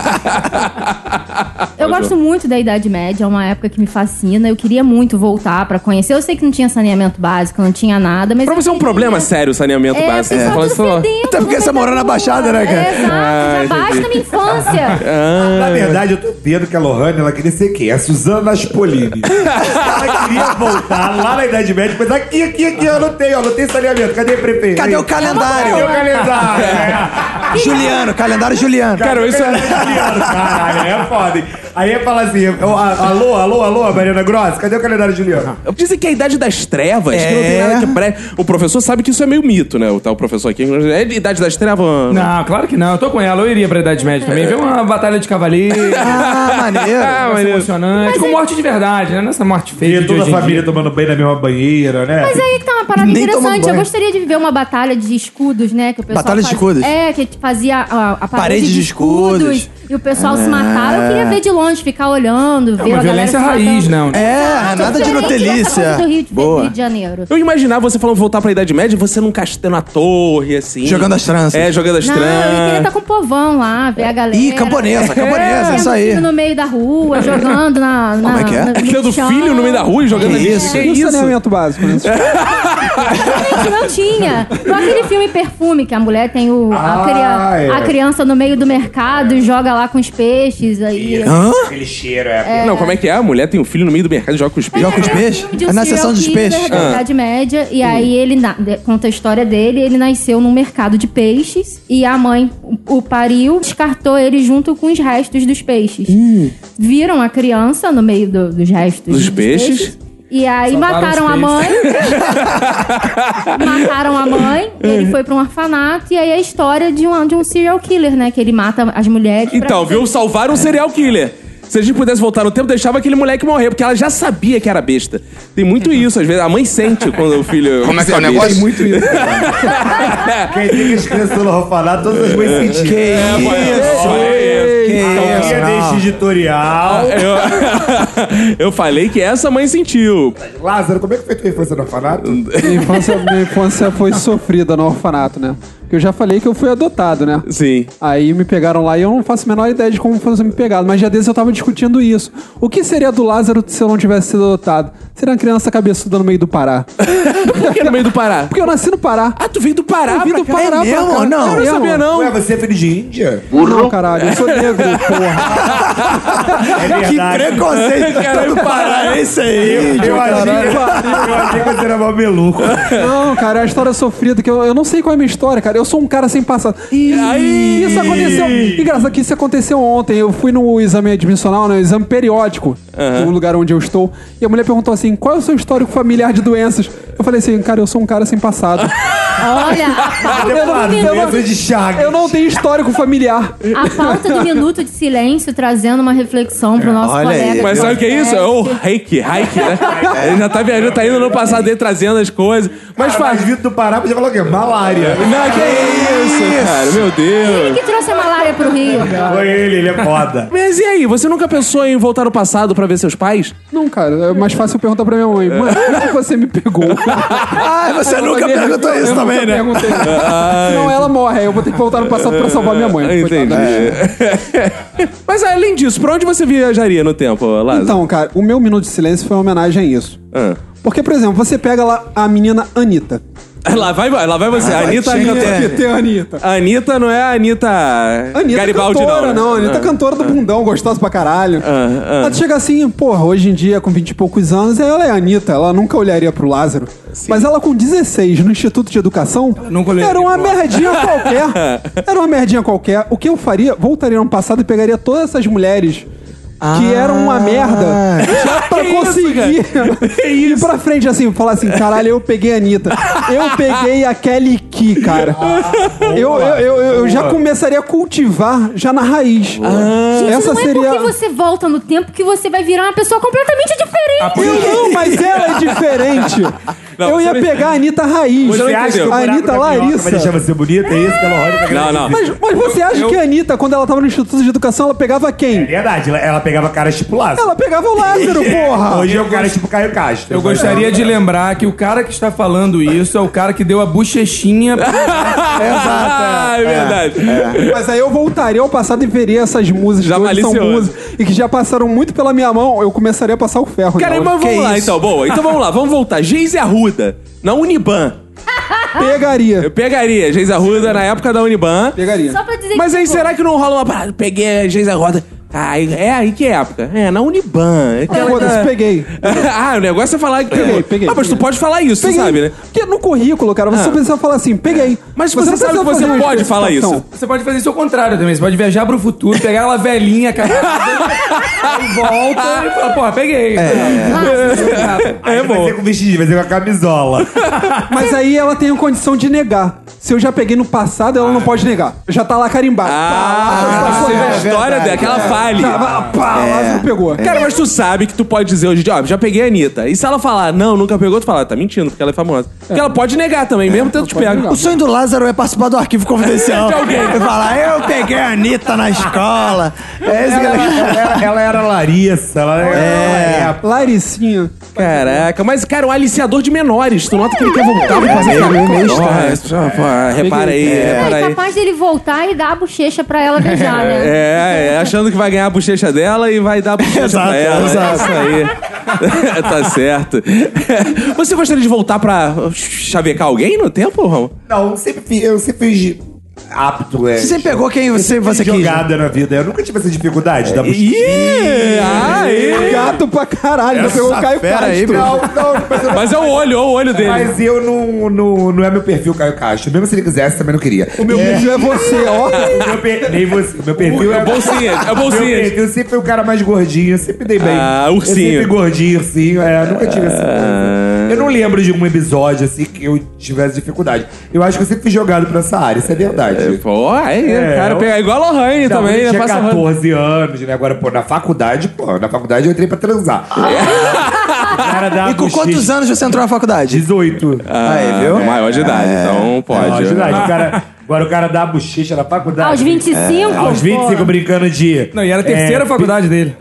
Eu gosto muito da Idade Média, é uma época que me fascina. Eu queria muito voltar pra conhecer. Eu sei que não tinha saneamento básico, não tinha nada, mas. Pra você é um eu queria- problema sério o saneamento É, básico. pessoal Fala tudo só. fedendo, Até porque no você meio morou da na Baixada, né, cara? É, exato, Ah, já basta minha infância. Na verdade, eu tô vendo que a Lohane, ela queria ser quem? A Suzana Spolini. Ela queria voltar lá na Idade Média, mas aqui, aqui, aqui, eu não tenho, eu não tenho saneamento. Cadê a prefeita? Cadê o Cadê o calendário? calendário? É. Juliano, calendário Juliano. Cara, isso é... Juliano, caralho, é foda. hein? Aí ia falar assim, ó, alô, alô, alô, Mariana Gross, cadê o calendário Juliano? Dizem que é a idade das trevas, que não tem É. nada que pré... O professor sabe que isso é meio mito, né? O tal professor aqui. É a idade das trevas... Não, claro que não. Eu tô com ela. Eu iria pra Idade Média também. Ver uma batalha de cavaleiro. Ah, maneiro. Ah, maneiro. emocionante. Com morte de verdade, né? Nessa morte feia E de toda a hoje em família dia. tomando banho na mesma banheira, né? Mas aí que tá uma parada Nem tomando interessante. Eu banho. gostaria de viver uma batalha de escudos, né? Que o pessoal Batalha de faz- escudos? É, que fazia a, a parede, Parede de de escudos. escudos. E o pessoal se matava. Eu queria ver de longe, ficar olhando. ver É uma a galera violência se raiz, matando. não. É, nada de Diferente notelícia. dessa coisa do Rio de, Boa. Rio de Janeiro. Eu imaginava você falando voltar pra Idade Média, você num castelo, na torre, assim. Jogando as tranças. É, jogando as Não, eu queria tranças. estar com o povão lá, ver a galera. Ih, camponesa, camponesa, É, isso aí. filho no meio da rua, jogando na. na Como é que é? no- no Tendo chão. filho no meio da rua e jogando Que ali. isso? Que E o isso? saneamento básico, né? Gente, não tinha. Igual aquele filme Perfume, que a mulher tem o, a, Ah, cria- é. a criança no meio do mercado e joga lá com os peixes. Aí. Hã? Aquele cheiro, é. Não, como é que é? A mulher tem um filho no meio do mercado e joga com os peixes. Joga com os peixes? De um É na serial sessão dos killer peixes. Da Ah. Idade Média. E aí ele na- de- conta a história dele. Ele nasceu num mercado de peixes. E a mãe o, o pariu, descartou ele junto com os restos dos peixes. Viram a criança no meio do- dos restos Dos peixes. E aí Salvaram mataram os a mãe. Mataram a mãe, ele foi pra um orfanato. E aí a história de um, de um serial killer, né? Que ele mata as mulheres. Então, pra... viu? Salvaram um serial killer. Se a gente pudesse voltar no tempo, deixava aquele moleque morrer, porque ela já sabia que era besta. Tem muito isso, às vezes. A mãe sente quando o filho... Como é que é o besta. negócio? Tem muito isso. Quem tem as crianças no orfanato, todas as mães sentiram. Que É, isso? foi- Que A minha deixa editorial. Eu, eu falei que essa mãe sentiu. Lázaro, como é que foi tua infância no orfanato? Minha infância, minha infância foi sofrida no orfanato, né? Porque eu já falei que eu fui adotado, né? Sim. Aí me pegaram lá e eu não faço a menor ideia de como foi me pegado. Mas já desde eu tava discutindo isso. O que seria do Lázaro se eu não tivesse sido adotado? Seria uma criança cabeçuda no meio do Pará. Por que no meio do Pará? Porque eu nasci no Pará. Ah, tu veio do Pará Eu vim do pra cá? Pará É mesmo? pra cá. Não, É Eu não mesmo. sabia, não. Ué, você é filho de Índia? Não, caralho. Eu sou negro, porra. É Que preconceito Caralho, do paraense aí. Eu achei, eu achei que você era mal meluco. Não, cara, é uma história sofrida que eu, eu não sei qual é a minha história, cara. Eu sou um cara sem passado. Aí! Isso aconteceu. Engraçado que isso aconteceu ontem. Eu fui no exame admissional, no exame periódico, no lugar onde eu estou. E a mulher perguntou assim: qual é o seu histórico familiar de doenças? Eu falei assim, cara, eu sou um cara sem passado. Olha, a pauta, Claro, do minuto, doença de Chagas. Eu não tenho histórico familiar. a pauta do Minuto de Silêncio trazendo uma reflexão pro nosso Olha aí. colega. Mas sabe o que é isso? É o reiki, reiki, né? Ele já tá viajando, tá indo no passado dele trazendo as coisas. Mas Cara, faz. mas Vitor do Pará podia falar o quê? Malária. Não, que isso, cara? Meu Deus. Ele que trouxe a malária pro Rio. Foi ele, ele é foda. Mas e aí? Você nunca pensou em voltar no passado pra ver seus pais? Não, cara, é mais fácil eu perguntar pra minha mãe: mãe, como que você me pegou? Ah, você nunca perguntou isso eu também, nunca né? perguntei. Senão ela morre, aí eu vou ter que voltar no passado pra salvar minha mãe. Entendi. Coitada. Mas além disso, pra onde você viajaria no tempo, Lázaro? Então, cara, o meu Minuto de Silêncio foi uma homenagem a isso. Ah. Porque, por exemplo, você pega lá a menina Anitta. Lá vai, lá vai você. A Anitta, tinha Anitta, Que tem a Anitta. a Anitta não é a Anitta, Anitta Garibaldi, cantora, não. não. né? Anitta Ah. cantora do bundão, gostosa pra caralho. Ah, ah. Ela chega assim, porra, hoje em dia, com vinte e poucos anos, ela é a Anitta. Ela nunca olharia pro Lázaro. Mas ela com dezesseis, no Instituto de Educação, nunca olharia era uma pro Lázaro. merdinha qualquer. Era uma merdinha qualquer. O que eu faria? Voltaria no passado e pegaria todas essas mulheres que eram uma merda já pra Que isso, conseguir Que ir isso? pra frente assim, falar assim, caralho, eu peguei a Anitta. Eu peguei a Kelly Key, cara. eu, eu, eu, eu já começaria a cultivar já na raiz. Gente, Essa não é seria... porque você volta no tempo que você vai virar uma pessoa completamente diferente. Eu não, mas ela é diferente. Não, eu você ia não pegar a Anitta raiz. Você não Você acha que entendeu. o A buraco Anitta da minhoca Larissa. vai deixar você bonita? É isso que ela olha pra Não, não. Mas, mas você acha que a Anitta, quando ela tava no Instituto de Educação, ela pegava quem? É verdade, ela, ela pegava caras tipo Lázaro. Ela pegava o Lázaro, porra. Hoje é o cara tipo Caio Castro. Eu gostaria de lembrar que o cara que está falando isso é o cara que deu a bochechinha. pra- Ah, é verdade. Mas aí eu voltaria ao passado e veria essas músicas Já que hoje são malicioso. músicas e que já passaram muito pela minha mão, eu começaria a passar o ferro. Cara, nela. mas vamos Que lá isso? então, boa. Então vamos lá, vamos voltar. Geise Arruda, na Uniban. Pegaria. Eu pegaria Geise Arruda na época da Uniban. Pegaria. Só pra dizer Mas que aí tipo, será que não rola uma parada? Peguei a Geise Arruda. Ah, é aí que época? É, na Uniban. Aquela Foda-se, da- peguei. ah, o negócio é falar que Peguei, pegou. peguei, Ah, mas tu peguei. pode falar isso, Peguei. tu sabe, né? Porque no currículo, cara, você Ah. só precisa falar assim, peguei. Mas você não sabe precisa que você fazer uma pode falar especificação. isso. Você pode fazer isso ao contrário também. Você pode viajar pro futuro, pegar ela velhinha, cara, aí volta e fala, pô, peguei. Aí É vai bom. ser com vestidinho, vai ser com a camisola. Mas aí ela tem a condição de negar. Se eu já peguei no passado, ela não pode negar. Já tá lá carimbado. Ah, Tá, é a história verdade, dela, aquela falha. Tá, pá, Lázaro pegou. Cara, mas tu sabe que tu pode dizer hoje em dia, ó, já peguei a Anitta. E se ela falar, não, nunca pegou, tu fala, tá mentindo, porque ela é famosa. Porque ela pode negar também, mesmo tendo te pode pego. negar. O sonho do Lázaro é participar do arquivo confidencial. De alguém. E falar, eu peguei a Anitta na escola. É isso que Ela, ele... ela era, ela era Larissa, ela era... É. Laricinha. Caraca, mas, cara, um aliciador de menores. Tu nota que ele quer voltar pra fazer É, aquilo. meio Porra, estranho. porra, repara aí, é repara aí. capaz dele voltar e dar a bochecha pra ela beijar, né? É, é, achando que vai ganhar a bochecha dela e vai dar a bochecha Exato, pra ela. exato. É isso aí. Tá certo. Você gostaria de voltar pra chavecar alguém no tempo, Rom? Não, sempre fiz, eu sempre fiz apto. É, Você sempre pegou quem você, eu sempre você fui quis. jogada na vida. Eu nunca tive essa dificuldade da Ih, ai. Gato pra caralho. Ainda pegou o Caio fera aí, Castro. Não, não, mas, eu, Mas é o olho, é o olho dele. mas eu não, não, não é meu perfil Caio Castro. Mesmo se ele quisesse, também não queria. O meu perfil é você, ó. O meu per- Nem você. O meu perfil É bolsinha, é Meu bolsinha. perfil sempre foi o cara mais gordinho, sempre dei bem. Ah, Eu ursinho. sempre gordinho, ursinho. É, nunca tive essa coisa. Eu não lembro de um episódio assim que eu tivesse dificuldade. Eu acho que eu sempre fui jogado pra essa área, isso é verdade. Pô, é, É, cara, eu- pega igual a Lohane Não, também, eu né? tinha Passa Lohane. catorze anos, né? Agora, pô, na faculdade, pô, na faculdade eu entrei pra transar. O cara dá E com bochecha- quantos anos você entrou na faculdade? dezoito. Aí, viu? Maior de idade, então pode. Não, ajuda, o cara, agora o cara dá a bochecha na faculdade. Aos vinte e cinco? Aos vinte e cinco pô. brincando de... Não, e era a terceira é, faculdade dele.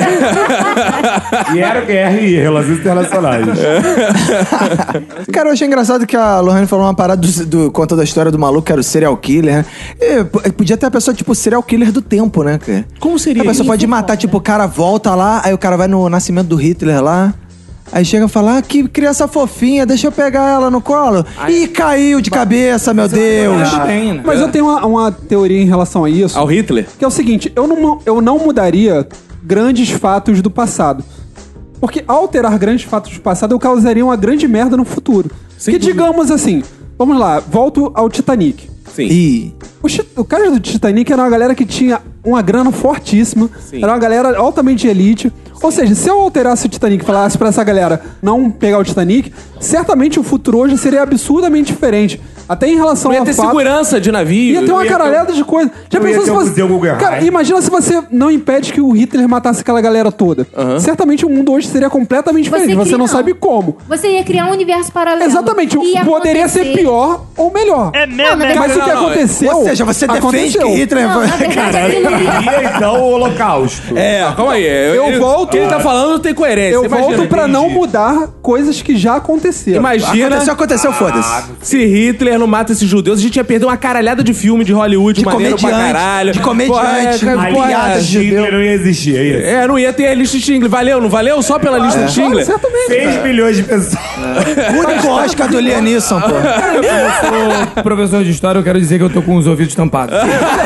E era o que? R I, Relações Internacionais. Cara, eu achei engraçado que a Lohane falou uma parada do, do conta da história do maluco que era o serial killer, né? E, p- podia ter a pessoa, tipo, serial killer do tempo, né, cara? Como seria A pessoa isso? pode matar, tipo, o cara volta lá, aí o cara vai no nascimento do Hitler lá. Aí chega e fala, ah, que criança fofinha, deixa eu pegar ela no colo. Ih, caiu de cabeça, meu Deus. Tem, né? Mas eu tenho uma, uma teoria em relação a isso. Ao Hitler? Que é o seguinte, eu não, eu não mudaria grandes fatos do passado. Porque ao alterar grandes fatos do passado, eu causaria uma grande merda no futuro. Que digamos assim, vamos lá, volto ao Titanic. Sim. Ih, O, Chi- o cara do Titanic era uma galera que tinha uma grana fortíssima. Sim. Era uma galera altamente de elite. Ou seja, se eu alterasse o Titanic e falasse pra essa galera não pegar o Titanic, certamente o futuro hoje seria absurdamente diferente. Até em relação Não ia a ter fato- segurança de navio. Ia ter uma ia ter caralhada de coisa. Já não ia pensou se ter o você... Museu Guggenheim. Cara, imagina se você não impede que o Hitler matasse aquela galera toda. Certamente o mundo hoje seria completamente diferente. Você, cria- não sabe como. Você ia criar um universo paralelo. Exatamente. Ia Poderia acontecer- ser pior ou melhor. É Não, na Mas verdade, o que não, não, aconteceu... ou seja, você defende aconteceu. que Hitler... não, na verdade aquilo ia... E então o Holocausto. É, calma aí. Eu ele- volto- O que ele tá falando tem coerência. Eu Imagina, volto pra não entendi. mudar coisas que já aconteceram. Imagina Aconteceu, aconteceu, foda-se. se Hitler não mata esses judeus, a gente ia perder uma caralhada de filme de Hollywood De maneiro pra comediante, caralho. de comediante, Porra, é, A porra, lista piada de de Hitler judeu. não ia existir, é isso. É, não ia ter a lista de Schindler. Valeu, não valeu? Só pela lista de Schindler? Certamente. seis milhões de pessoas. O único Oscar do Liam Neeson, pô. Eu sou professor de história, eu quero dizer que eu tô com os ouvidos tampados.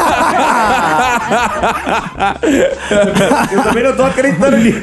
Eu também não tô acreditando nisso.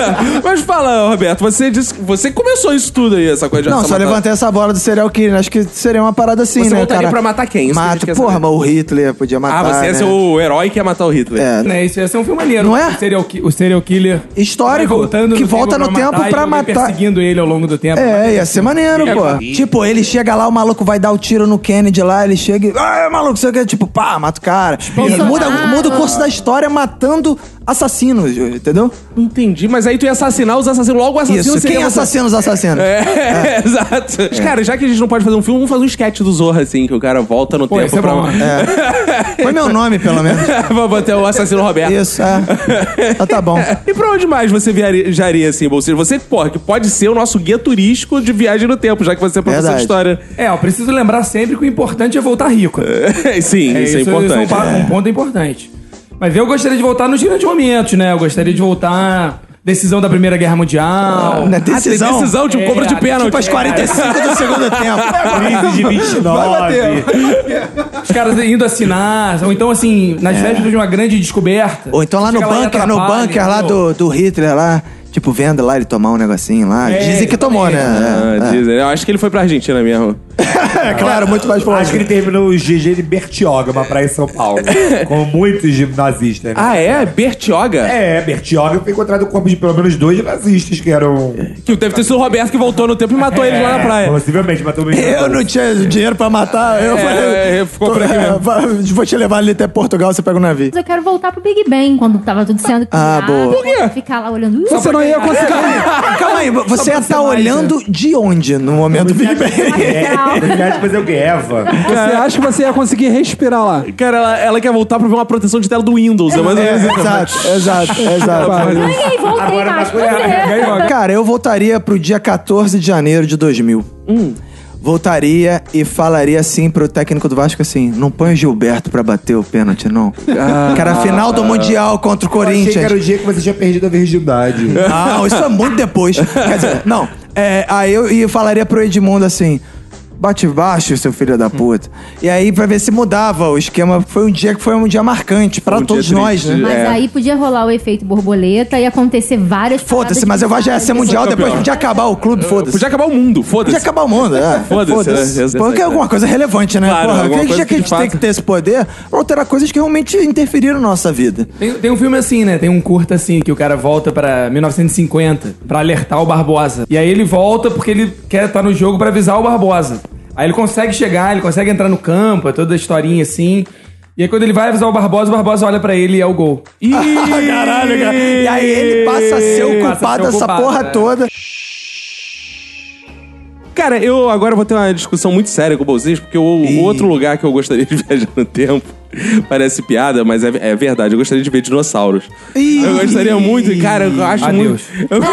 Mas fala, Roberto, você disse que você começou isso tudo aí, essa coisa de Não, essa só matar- levantei essa bola do serial killer. Acho que seria uma parada assim, Você né, voltaria cara? pra matar quem? Isso que a gente Mato, quer porra, saber. mas o Hitler podia matar, Ah, você ia né? ser o herói que ia matar o Hitler. É, Né, isso ia ser um filme maneiro. Não é? O serial, ki- o serial killer. Histórico, vai voltando que volta no tempo matar pra e alguém matar. perseguindo ele ao longo do tempo. É, ia ser maneiro, É, pô. é. Tipo, ele chega lá, o maluco vai dar o tiro no Kennedy lá, ele chega e. Ah, maluco, você quer? Tipo, pá, mata o cara. E Bolsonaro. muda, muda o curso da história matando assassinos, entendeu? Não entendi, mas aí tu ia assassinar os assassinos. Logo o assassino Isso, seria quem você. assassina os assassinos? É, exato. Mas, cara, já que a gente não pode fazer um filme, vamos fazer um sketch do Zorra, assim, que o cara volta no Pô, tempo isso é pra... bom. Foi meu nome, pelo menos. Vamos bater o assassino Roberto. Isso, é. Então tá bom. E pra onde mais você viajaria, assim, Bolseiro? Você, porra, que pode ser o nosso guia turístico de viagem no tempo, já que você é professor Verdade. de história. É, eu preciso lembrar sempre que o importante é voltar rico. Sim, É, isso, é Isso importante. é um, pa- um ponto importante. Mas eu gostaria de voltar nos grandes momentos, né? Eu gostaria de voltar... Decisão da Primeira Guerra Mundial. Na Ah, tem decisão. decisão, tipo, É, compra de pênalti. Tipo, às quarenta e cinco do segundo tempo. Crise de vinte e nove. Os caras indo assinar. Ou então, assim, nas vésperas de uma grande descoberta. Ou então lá no Chega e bunker, no atrapalha, bunker lá entendeu? do, do Hitler lá. Tipo, vendo lá ele tomar um negocinho lá. É, Dizem que tomou, né? Ah, É, dizem. Eu acho que ele foi pra Argentina mesmo. é. É, claro, muito mais Acho que forte. ele terminou o G G de Bertioga, uma praia em São Paulo. Como muitos de nazistas, né? Ah, é? Bertioga? É, Bertioga foi encontrado o corpo de pelo menos dois nazistas que eram. Que deve ter sido o Roberto que voltou no tempo e matou eles lá na praia. Possivelmente, matou o Eu não tinha dinheiro pra matar. Eu É, falei. é, ficou por aqui é, mesmo. va- vou te levar ali até Portugal, você pega o navio. Mas eu quero voltar pro Big Bang, quando tava tudo sendo Ah, criado. boa. Por quê? Ficar lá olhando. Você não ia conseguir... Calma aí, você ia estar olhando de onde no momento do Big Bang? É, na verdade, fazer o que? Eva. Você acha que você ia conseguir respirar lá? Cara, ela, ela quer voltar pra ver uma proteção de tela do Windows. É mais ou É, menos isso. exato, exato, exato. Ganhei, voltei Agora, mais uma pra coisa- você. Cara, eu voltaria pro dia quatorze de janeiro de dois mil. Voltaria e falaria assim pro técnico do Vasco assim: não põe o Gilberto pra bater o pênalti, não. Que era a final do Mundial contra o Eu achei que era o Corinthians. dia que você tinha perdido a virgindade. Não, isso é muito depois. Quer dizer, não. É, aí eu, e eu falaria pro Edmundo assim: bate baixo, seu filho da puta. E aí, pra ver se mudava o esquema. Foi um dia que foi um dia marcante pra Um todos dia nós, triste. né? Mas É. aí podia rolar o efeito borboleta e acontecer várias Foda-se, paradas mas eu já ia bizarras. ser mundial, Campeão. depois podia acabar o clube, foda-se. Podia acabar o mundo, foda-se. Podia acabar o mundo, é. Foda-se, né? Porque é alguma coisa relevante, né? Claro, Porra, alguma que coisa dia que a que gente de tem fato- que ter esse poder pra alterar coisas que realmente interferiram na nossa vida. Tem, tem um filme assim, né? Tem um curta assim, que o cara volta pra mil novecentos e cinquenta pra alertar o Barbosa. E aí ele volta porque ele quer estar no jogo pra avisar o Barbosa. Aí ele consegue chegar, ele consegue entrar no campo, é toda a historinha assim. E aí quando ele vai avisar o Barbosa, o Barbosa olha pra ele e é o gol. Ih, caralho, cara. E aí ele passa a ser o Passa a culpado ser o dessa culpado, porra é. toda. Cara, eu agora vou ter uma discussão muito séria com vocês, porque o, o outro lugar que eu gostaria de viajar no tempo parece piada, mas é, é verdade. Eu gostaria de ver dinossauros. Ih. Eu gostaria muito, cara, eu acho Adeus. muito. Eu,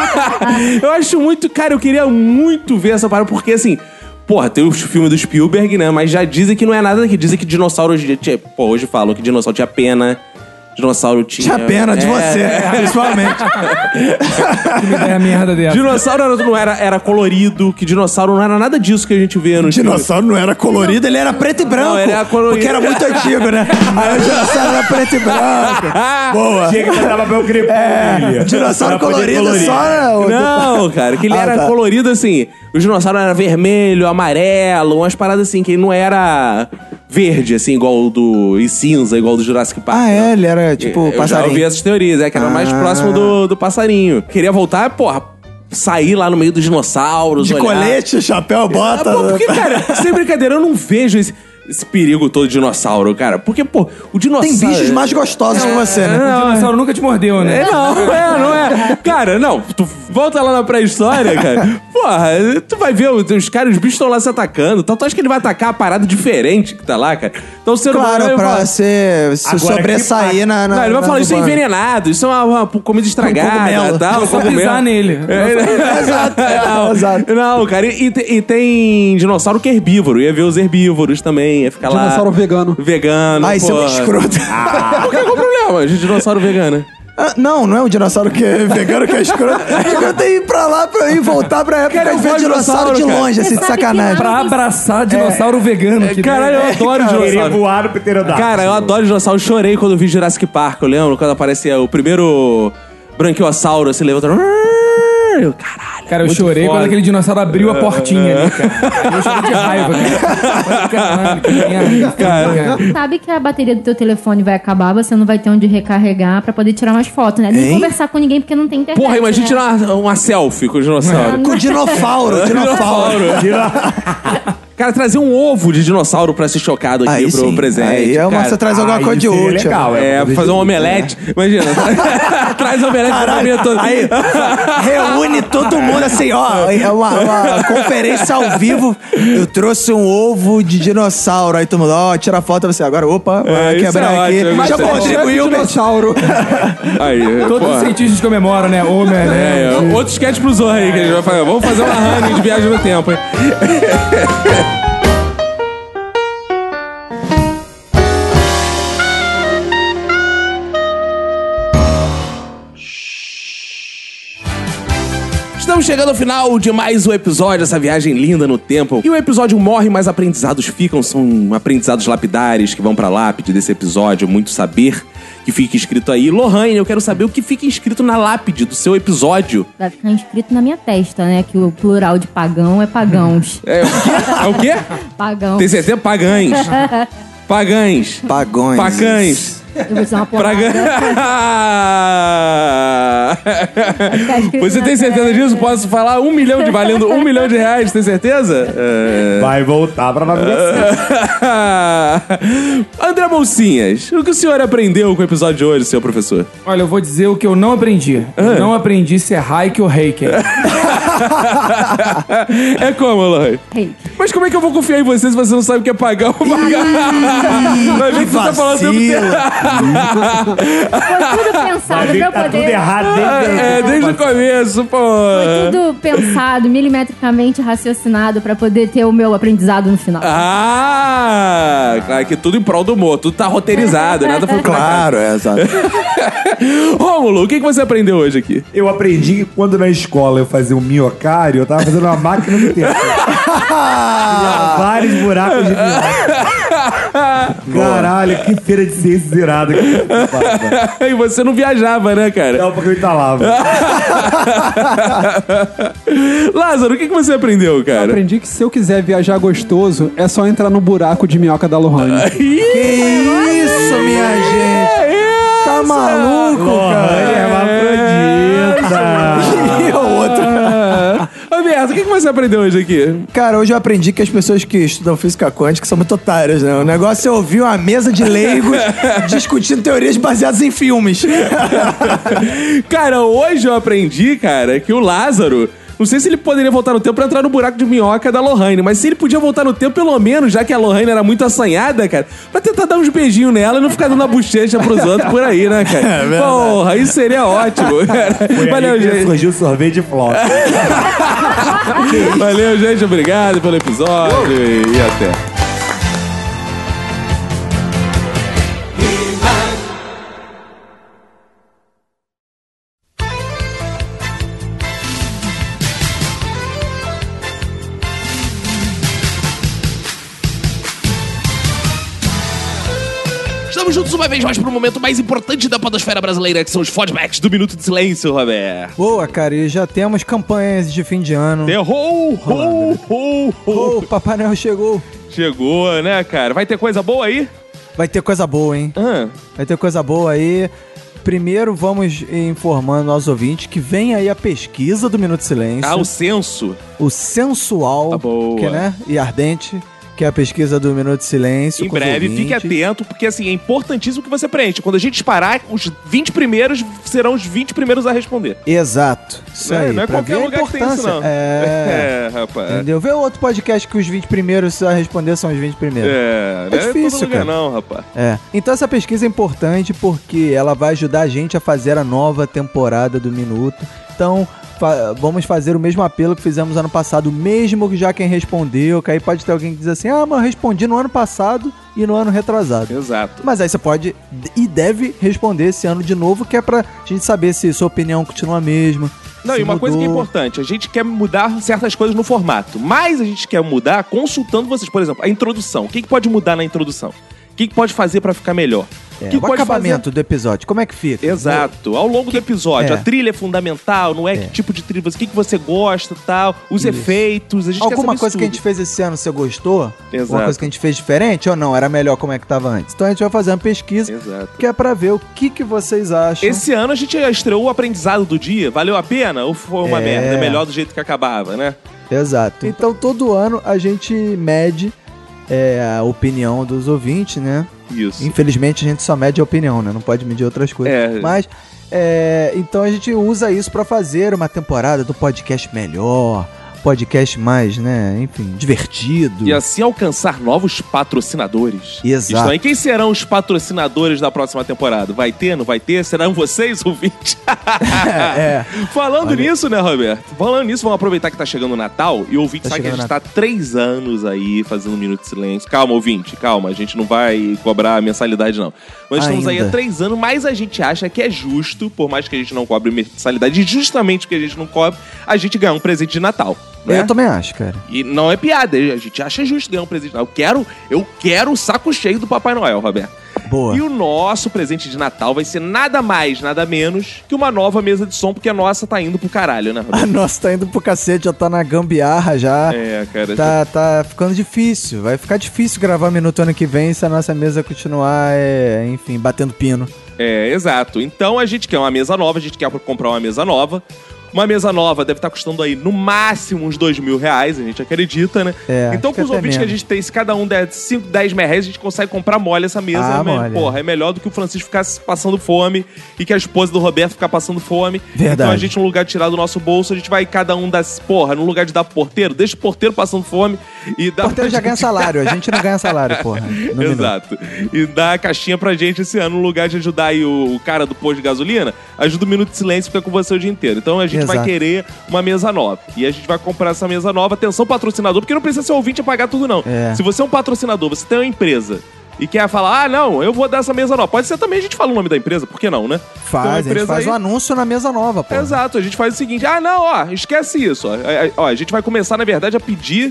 eu acho muito, cara, eu queria muito ver essa parada, porque assim. Porra, tem os filmes do Spielberg, né? Mas já dizem que não é nada daqui. Dizem que dinossauro hoje tinha. Pô, hoje falam que dinossauro tinha pena. Dinossauro tinha. Tinha pena de É. você, principalmente. Que me der a merda dessa. Dinossauro era- não era, era colorido, que dinossauro não era nada disso que a gente vê no O dinossauro não era colorido, ele era preto e branco. Não, ele era colorido. Porque era muito antigo, né? Aí o dinossauro era preto e branco. Boa. Chega que tava meu crepúsculo. É, dinossauro colorido só... né, o- Não, cara, que ele Ah, era tá. colorido assim. O dinossauro era vermelho, amarelo, umas paradas assim, que ele não era verde, assim, igual o do. E cinza, igual o do Jurassic Park. Ah, não. é? Ele era tipo Eu já passarinho. ouvi essas teorias, é que era mais Ah. próximo do, do passarinho. Queria voltar, porra, sair lá no meio dos dinossauros. De olhar. colete, chapéu, bota... Ah, pô, porque, cara, sem brincadeira, eu não vejo esse, esse perigo todo de dinossauro, cara. Porque, pô, o dinossauro. Tem bichos mais gostosos que você, né? O dinossauro nunca te mordeu, né? É, não, é, não é. Cara, não, tu volta lá na pré-história, cara. Porra, tu vai ver, os caras, os bichos estão lá se atacando. Então tu acha que ele vai atacar a parada diferente que tá lá, cara? Então o ser humano Claro, vai pra falar- ser, se Agora, sobressair que na, na... Não, ele vai na- falar, no isso é banco. envenenado, isso é uma, uma comida estragada cogumelo. e tal. Só cogumelo. pisar nele. É, Exato, não, exato. não, cara, e, e te- e tem dinossauro que é herbívoro, ia ver os herbívoros também, ia ficar lá. Dinossauro vegano. Vegano. Ah, isso é pô. muito escroto. Por que qual o problema de dinossauro vegano? Ah, não, não é um dinossauro que é vegano que é escroto. Escroto é ir pra lá pra ir voltar pra época Cara, eu de ver gosto de dinossauro de dinossauro, longe, assim, de Você sabe que sacanagem. lá- Pra abraçar dinossauro vegano. Que Caralho, eu adoro Queria dinossauro. voar no pterodáctilo. Cara, eu adoro dinossauro. Eu chorei quando eu vi Jurassic Park. Eu lembro quando aparecia o primeiro branquiossauro se levantando. Eu, caralho. Cara, eu muito chorei foda. quando aquele dinossauro abriu a portinha ali, cara. Eu chorei de raiva, cara. Caralho, que merda. Cara. Sabe que a bateria do teu telefone vai acabar, você não vai ter onde recarregar pra poder tirar umas fotos, né? Nem Hein? conversar com ninguém porque não tem internet. Porra, imagina né? tirar uma, uma selfie com o dinossauro. Com o dinofauro, dinofauro. Cara, trazer um ovo de dinossauro pra ser chocado aqui Aí pro sim. presente. Aí é uma, cara. você traz alguma Aí coisa de seria útil. legal, É, uma coisa fazer de um útil. omelete. Imagina, traz um omelete pra família toda. Aí, reúne todo mundo assim, ó, é uma, uma conferência ao vivo. Eu trouxe um ovo de dinossauro. Aí todo mundo, ó, tira a foto você. Agora, opa, É, vai isso quebrar é aqui. ótimo, eu Já gostei. contribuiu, Chefe dinossauro. Aí, Todos pô. os cientistas comemoram, né? Ô, né? É, outro sketch pro Zorro aí que a gente vai fazer. Vamos fazer uma running de viagem no tempo, hein? Estamos chegando ao final de mais um episódio, essa viagem linda no tempo. E o episódio morre, mas aprendizados ficam. São aprendizados lapidares que vão pra lápide desse episódio. Muito saber que fica escrito aí. Lohane, eu quero saber o que fica escrito na lápide do seu episódio. Vai ficar inscrito na minha testa, né? Que o plural de pagão é pagãos. É o quê? É o quê? Pagão. Tem certeza? Pagães. Pagães. Pagões. Pacães. Eu vou dizer uma porrada. Praga... ficar escrito Você na tem certeza testa. disso? Posso falar um milhão de valendo um milhão de reais, tem certeza? É... Vai voltar pra navegação. André Bolsinhas, o que o senhor aprendeu com o episódio de hoje, seu professor? Olha, eu vou dizer o que eu não aprendi. Eu não aprendi se é Hayek ou Heiken. É como, Eloy? Hey. Mas como é que eu vou confiar em você se você não sabe o que é pagar ou pagar? Vai ver que você tá falando o tempo inteiro. Foi tudo pensado pra eu Tá tudo poder... errado desde É, desde o começo, pô. Foi tudo pensado, milimetricamente raciocinado pra poder ter o meu aprendizado no final. Ah, claro que tudo em prol do humor, tudo tá roteirizado, nada foi por acaso. Claro, é, exato. Rômulo, o que que você aprendeu hoje aqui? Eu aprendi que quando na escola eu fazia um miocário, eu tava fazendo uma máquina do tempo. Tinha vários buracos de minhoca. Caralho, que feira de ciência zerada. E você não viajava, né, cara? Não, porque eu instalava. Lázaro, o que, que você aprendeu, Eu cara? aprendi que se eu quiser viajar gostoso, é só entrar no buraco de minhoca da Lohane. Que isso, minha gente? Tá maluco, cara? E a outra? Roberto, o que, que você aprendeu hoje aqui? Cara, hoje eu aprendi que as pessoas que estudam física quântica são muito otárias, né? O negócio é ouvir uma mesa de leigos discutindo teorias baseadas em filmes. Cara, hoje eu aprendi, cara, que o Lázaro... Não sei se ele poderia voltar no tempo pra entrar no buraco de minhoca da Lohane, mas se ele podia voltar no tempo, pelo menos, já que a Lohane era muito assanhada, cara, pra tentar dar uns beijinhos nela e não ficar dando a bochecha pros outros por aí, né, cara? É Porra, isso seria ótimo, cara. Foi Valeu, aí que gente. surgiu o sorvete de flop. Valeu, gente. Obrigado pelo episódio e até. Estamos juntos uma vez mais pro momento mais importante da podosfera brasileira, que são os fodbacks do Minuto de Silêncio, Roberto. Boa, cara, e já temos campanhas de fim de ano. Ho, ho, ho, ho. Oh, Papai Noel chegou. Chegou, né, cara? Vai ter coisa boa aí? Vai ter coisa boa, hein? Ah. Vai ter coisa boa aí. Primeiro, vamos informando aos ouvintes que vem aí a pesquisa do Minuto de Silêncio. Ah, o censo. O sensual, Tá boa. que, né? E ardente, que é a pesquisa do Minuto de Silêncio. Em com os breve, ouvintes. fique atento, porque assim, é importantíssimo que você preencha. Quando a gente disparar, os vinte primeiros serão os vinte primeiros a responder. Exato. Isso Não é- aí. não é pra qualquer ver a lugar que tem isso, importância. não. É. É, rapaz. Entendeu? Vê o outro podcast que os vinte primeiros a responder são os vinte primeiros. É, É difícil, todo lugar cara. não, rapaz. É. Então essa pesquisa é importante porque ela vai ajudar a gente a fazer a nova temporada do Minuto. Então, fa- vamos fazer o mesmo apelo que fizemos ano passado, mesmo que já quem respondeu, que aí pode ter alguém que diz assim, ah, mas eu respondi no ano passado e no ano retrasado. Exato. Mas aí você pode e deve responder esse ano de novo, que é pra gente saber se sua opinião continua a mesma. Não, se e uma coisa que é mudou. importante, a gente quer mudar certas coisas no formato, mas a gente quer mudar consultando vocês. Por exemplo, a introdução. O que, que pode mudar na introdução? O que, que pode fazer pra ficar melhor? É, que o pode acabamento fazer... do episódio, como é que fica? Exato. Ao longo do episódio, é. a trilha é fundamental, não é, que tipo de trilha você... O que, que você gosta e tal, os Isso. efeitos, a gente quer Alguma saber coisa isso que a tudo. gente fez esse ano você gostou? Exato. Uma coisa que a gente fez diferente ou não? Era melhor como é que tava antes? Então a gente vai fazer uma pesquisa Exato. que é pra ver o que, que vocês acham. Esse ano a gente estreou o aprendizado do dia. Valeu a pena? Ou foi uma É. merda? Melhor do jeito que acabava, né? Exato. Então todo ano a gente mede é, a opinião dos ouvintes, né? Isso. Infelizmente a gente só mede a opinião, né? Não pode medir outras coisas. É. Mas, é, então a gente usa isso pra fazer uma temporada do podcast melhor, podcast mais, né? Enfim, divertido. E assim alcançar novos patrocinadores. Exato. Estão aí. Quem serão os patrocinadores da próxima temporada? Vai ter, não vai ter? Serão vocês, ouvintes? É. Falando nisso, né, Roberto? Falando nisso, vamos aproveitar que tá chegando o Natal e o ouvinte Tá sabe que a chegando gente tá há três anos aí fazendo um Minuto de Silêncio. Calma, ouvinte, calma. A gente não vai cobrar a mensalidade, não. Nós estamos aí há Ainda. três anos, mas a gente acha que é justo, por mais que a gente não cobre mensalidade, e justamente porque a gente não cobre, a gente ganhar um presente de Natal. Né? Eu também acho, cara. E não é piada, a gente acha justo ganhar um presente de Natal. Eu quero, eu quero o saco cheio do Papai Noel, Roberto. Boa. E o nosso presente de Natal vai ser nada mais, nada menos que uma nova mesa de som, porque a nossa tá indo pro caralho, né, A Roberto? nossa tá indo pro cacete, já tá na gambiarra já. É, cara. Tá, tá ficando difícil. Vai ficar difícil gravar Minuto ano que vem se a nossa mesa continuar, é, enfim, batendo pino. É, exato. Então a gente quer uma mesa nova, a gente quer comprar uma mesa nova. Uma mesa nova deve estar custando aí no máximo uns dois mil reais, a gente acredita, né? É, então, acho com os que até ouvintes que a menos. gente tem, se cada um der cinco, dez reais, a gente consegue comprar mole essa mesa. Ah, né? mole. Porra, é melhor do que o Francisco ficar passando fome e que a esposa do Roberto ficar passando fome. Verdade. Então a gente, no lugar de tirar do nosso bolso, a gente vai cada um dar. Porra, no lugar de dar pro porteiro, deixa o porteiro passando fome e dá. O porteiro já ganha salário, a gente não ganha salário, porra. no Minuto. Exato. E dá a caixinha pra gente esse ano, no lugar de ajudar aí o, o cara do posto de gasolina, ajuda o Minuto de Silêncio e fica com você o dia inteiro. Então a gente vai Exato. querer uma mesa nova. E a gente vai comprar essa mesa nova. Atenção, patrocinador, porque não precisa ser ouvinte a pagar tudo, não. É. Se você é um patrocinador, você tem uma empresa e quer falar, ah, não, eu vou dar essa mesa nova. Pode ser também, a gente fala o nome da empresa, por que não, né? Tem uma Faz, a gente empresa faz aí- um anúncio na mesa nova, pô. Exato, a gente faz o seguinte, ah, não, ó, esquece isso. Ó, É, é, ó, a gente vai começar, na verdade, a pedir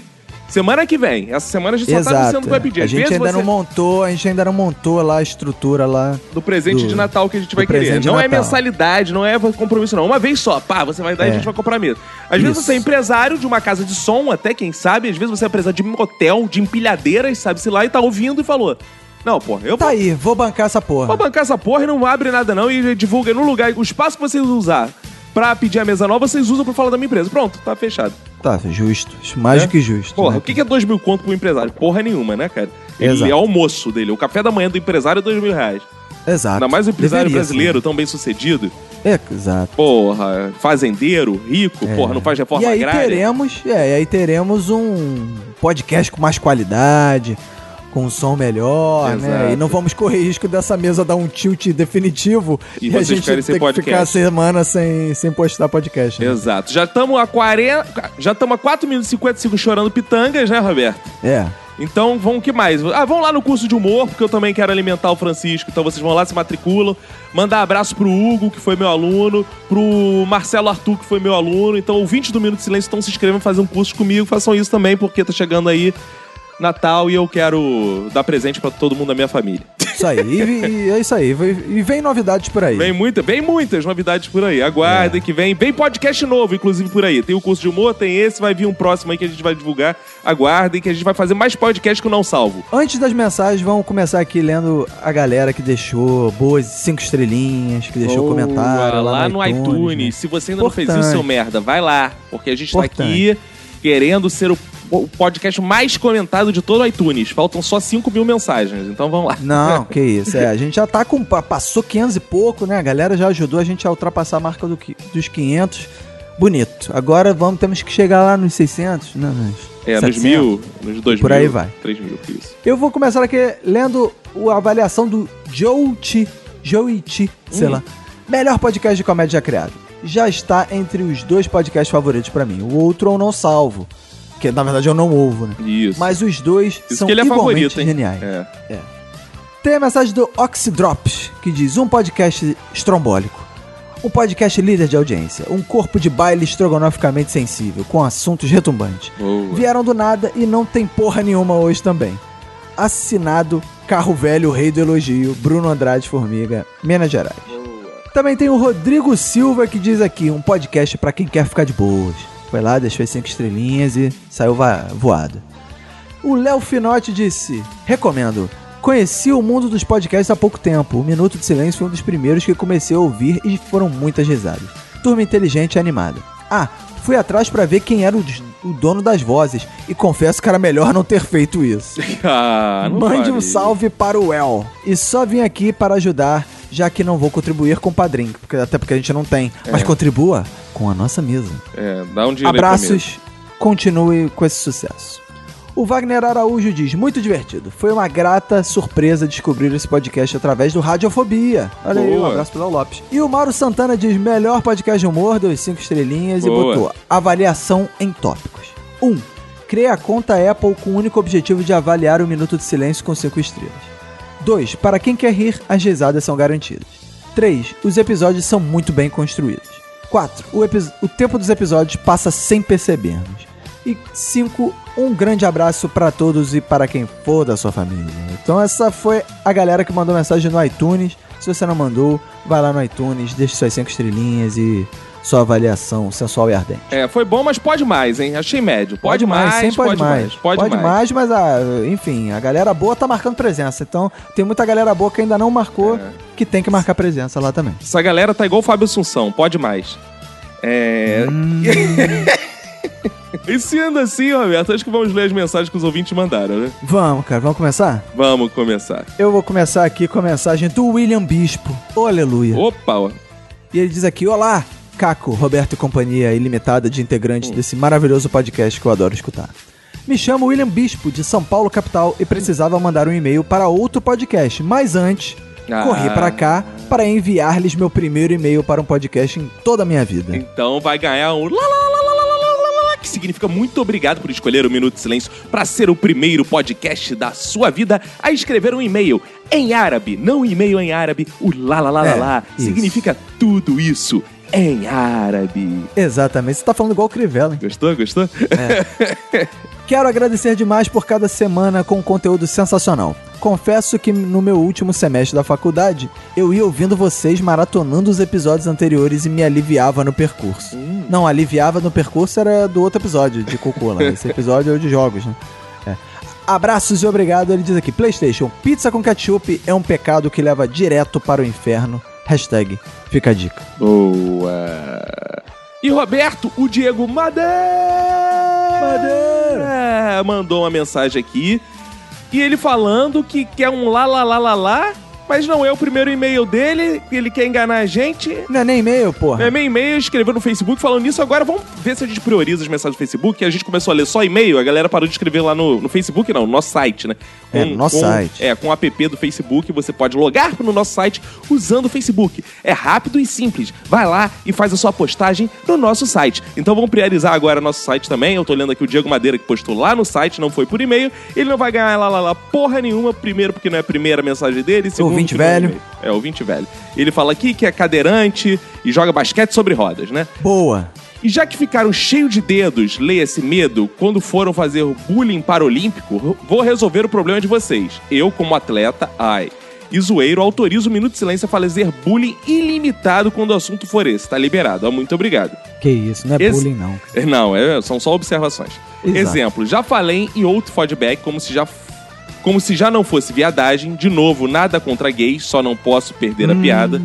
Semana que vem. Essa semana a gente só tá anunciando o que vai pedir. A Às gente vezes ainda você... não montou, a gente ainda não montou lá a estrutura lá. Do presente do- de Natal que a gente vai do presente querer. de Não é Natal. mensalidade, não é compromisso, não. Uma vez só, pá, você vai dar e É. a gente vai comprar a mesa. Às vezes Isso. você é empresário de uma casa de som, até quem sabe. Às vezes você é empresário de motel, de empilhadeiras, sabe-se lá, e tá ouvindo e falou: não, pô, eu Tá aí, vou bancar essa porra. vou bancar essa porra e não abre nada não e divulga no lugar. O espaço que vocês usar pra pedir a mesa nova, vocês usam pra falar da minha empresa. Pronto, tá fechado. Tá, justo. Mais É? do que justo. Porra, né? o que que é dois mil conto pro empresário? Porra nenhuma, né, cara? Ele Exato. é o almoço dele. O café da manhã do empresário é dois mil reais. Exato. Ainda mais o empresário Deveria brasileiro, tão bem sucedido. ser. É, exato. Porra, fazendeiro, rico, porra, não faz reforma E aí agrária. teremos, é, e aí teremos um podcast com mais qualidade, com um som melhor, Exato. né? E não vamos correr risco dessa mesa dar um tilt definitivo E e, a vocês gente ficarem sem ter que podcast. ficar a semana sem, sem postar podcast. Né? Exato. Já estamos a quarenta. Já estamos a quatro minutos e cinquenta e cinco chorando pitangas, né, Roberto? É. Então, vamos, o que mais? Ah, vão lá no curso de humor, porque eu também quero alimentar o Francisco. Então vocês vão lá, se matriculam. Mandar abraço pro Hugo, que foi meu aluno. Pro Marcelo Arthur, que foi meu aluno. Então, ouvintes do Minuto de Silêncio, então se inscrevam, fazer um curso comigo. Façam isso também, porque tá chegando aí Natal e eu quero dar presente pra todo mundo da minha família. Isso aí. E, e é isso aí. E vem novidades por aí. Vem, muita, vem muitas novidades por aí. Aguardem É. que vem. Vem podcast novo, inclusive, por aí. Tem o curso de humor, tem esse, vai vir um próximo aí que a gente vai divulgar. Aguardem que a gente vai fazer mais podcast que o Não Salvo. Antes das mensagens, vamos começar aqui lendo a galera que deixou boas cinco estrelinhas, que deixou Boa, comentário lá, lá no iTunes. né? Se você ainda não fez Importante. isso, seu merda, vai lá. Porque a gente tá Importante. aqui querendo ser o o podcast mais comentado de todo o iTunes. Faltam só cinco mil mensagens, então vamos lá. Não, que isso. É, a gente já tá com... Passou quinhentos e pouco, né? A galera já ajudou a gente a ultrapassar a marca do, qui- dos quinhentos. Bonito. Agora vamos, temos que chegar lá nos seiscentos, né? Nos É, nos setecentos. mil, nos dois Por mil. aí vai. Três mil, isso. Eu vou começar aqui lendo a avaliação do Joichi, Joichi, sei Hum. lá. Melhor podcast de comédia já criado. Já está entre os dois podcasts favoritos pra mim. O outro eu não salvo, que na verdade eu não ouvo, né? Isso. Mas os dois Isso são que ele é igualmente favorito, hein? geniais. É. Tem a mensagem do Oxydrops, que diz: um podcast estrombólico. Um podcast líder de audiência. Um corpo de baile estrogonoficamente sensível, com assuntos retumbantes. Boa. Vieram do nada e não tem porra nenhuma hoje também. Assinado Carro Velho, Rei do Elogio, Bruno Andrade Formiga, Minas Gerais. Também tem o Rodrigo Silva, que diz aqui: um podcast pra quem quer ficar de boas. Foi lá, deixou as cinco estrelinhas e saiu va- voado. O Léo Finotti disse: recomendo. Conheci o mundo dos podcasts há pouco tempo. O Minuto de Silêncio foi um dos primeiros que comecei a ouvir e foram muitas risadas. Turma inteligente e animada. Ah, fui atrás pra ver quem era o, d- o dono das vozes e confesso que era melhor não ter feito isso. Ah, não Mande um fale. salve para o El. E só vim aqui para ajudar, já que não vou contribuir com o padrinho, porque, até porque a gente não tem. Mas contribua com a nossa mesa. É, dá um dinheiro aí pra mim. Abraços, continue com esse sucesso. O Wagner Araújo diz: muito divertido. Foi uma grata surpresa descobrir esse podcast através do Radiofobia. Olha aí, um Boa. abraço pro Léo Lopes. E o Mauro Santana diz: melhor podcast de humor, deu cinco estrelinhas Boa. e botou avaliação em tópicos. um. Criei a conta Apple com o único objetivo de avaliar o Minuto de Silêncio com cinco estrelas. dois. Para quem quer rir, as risadas são garantidas. três. Os episódios são muito bem construídos. quatro. O, epi- o tempo dos episódios passa sem percebermos. E cinco. Um grande abraço pra todos e para quem for da sua família. Então essa foi a galera que mandou mensagem no iTunes. Se você não mandou, vai lá no iTunes, deixe suas cinco estrelinhas e sua avaliação sensual e ardente. É, foi bom, mas pode mais, hein? Achei médio. Pode, mais, sempre pode, mais. Pode, mais. mas ah, enfim, a galera boa tá marcando presença. Então tem muita galera boa que ainda não marcou, É. que tem que marcar presença lá também. Essa galera tá igual o Fábio Assunção, pode mais. É. Hum. E sendo assim, Roberto, acho que vamos ler as mensagens que os ouvintes mandaram, né? Vamos, cara, vamos começar? Vamos começar. Eu vou começar aqui com a mensagem do William Bispo. Oh, aleluia. Opa, ó. E ele diz aqui: olá, Caco, Roberto e companhia ilimitada de integrantes desse maravilhoso podcast que eu adoro escutar. Me chamo William Bispo, de São Paulo, capital, e precisava mandar um e-mail para outro podcast, mas antes, Ah. corri para cá para enviar-lhes meu primeiro e-mail para um podcast em toda a minha vida. Então vai ganhar um lá, lá, lá, lá, lá, lá, lá, lá, que significa muito obrigado por escolher o Minuto de Silêncio para ser o primeiro podcast da sua vida a escrever um e-mail em árabe, não um e-mail em árabe, o lá, lá, lá, lá, É, lá, isso. significa tudo isso em árabe. Exatamente, você tá falando igual o Crivella, hein? Gostou? Gostou? Quero agradecer demais por cada semana com conteúdo sensacional. Confesso que no meu último semestre da faculdade, eu ia ouvindo vocês maratonando os episódios anteriores e me aliviava no percurso. Hum. Não, aliviava no percurso era do outro episódio de Cocô lá. Esse episódio é o de jogos, né? É. Abraços e obrigado. Ele diz aqui, PlayStation, pizza com ketchup é um pecado que leva direto para o inferno. Hashtag, fica a dica. Boa. E Roberto, o Diego Madeira, Madeira mandou uma mensagem aqui. E ele falando que quer um lá, lá, lá, lá, lá, mas não é o primeiro e-mail dele, ele quer enganar a gente. Não é nem e-mail, porra. Não é nem e-mail, escreveu no Facebook falando nisso. Agora vamos ver se a gente prioriza as mensagens do Facebook, que a gente começou a ler só e-mail, a galera parou de escrever lá no, no Facebook, não, no nosso site, né? Com, é, no nosso com, site. É, com o app do Facebook, você pode logar no nosso site usando o Facebook. É rápido e simples. Vai lá e faz a sua postagem no nosso site. Então vamos priorizar agora nosso site também. Eu tô lendo aqui o Diego Madeira, que postou lá no site, não foi por e-mail. Ele não vai ganhar lá, lá, lá, porra nenhuma. Primeiro, porque não é a primeira mensagem dele. Segundo, ouvinte velho. É, ouvinte velho. Ele fala aqui que é cadeirante e joga basquete sobre rodas, né? Boa. E já que ficaram cheios de dedos, leia-se medo, quando foram fazer bullying paralímpico, vou resolver o problema de vocês. Eu, como atleta, ai, e zoeiro, autorizo o Minuto de Silêncio a fazer bullying ilimitado quando o assunto for esse. Tá liberado. Ó, muito obrigado. Que isso, não é Ex- bullying, não. Não, é, são só observações. Exato. Exemplo, já falei em outro feedback como se já... Como se já não fosse viadagem. De novo, nada contra gays, só não posso perder hum. a piada.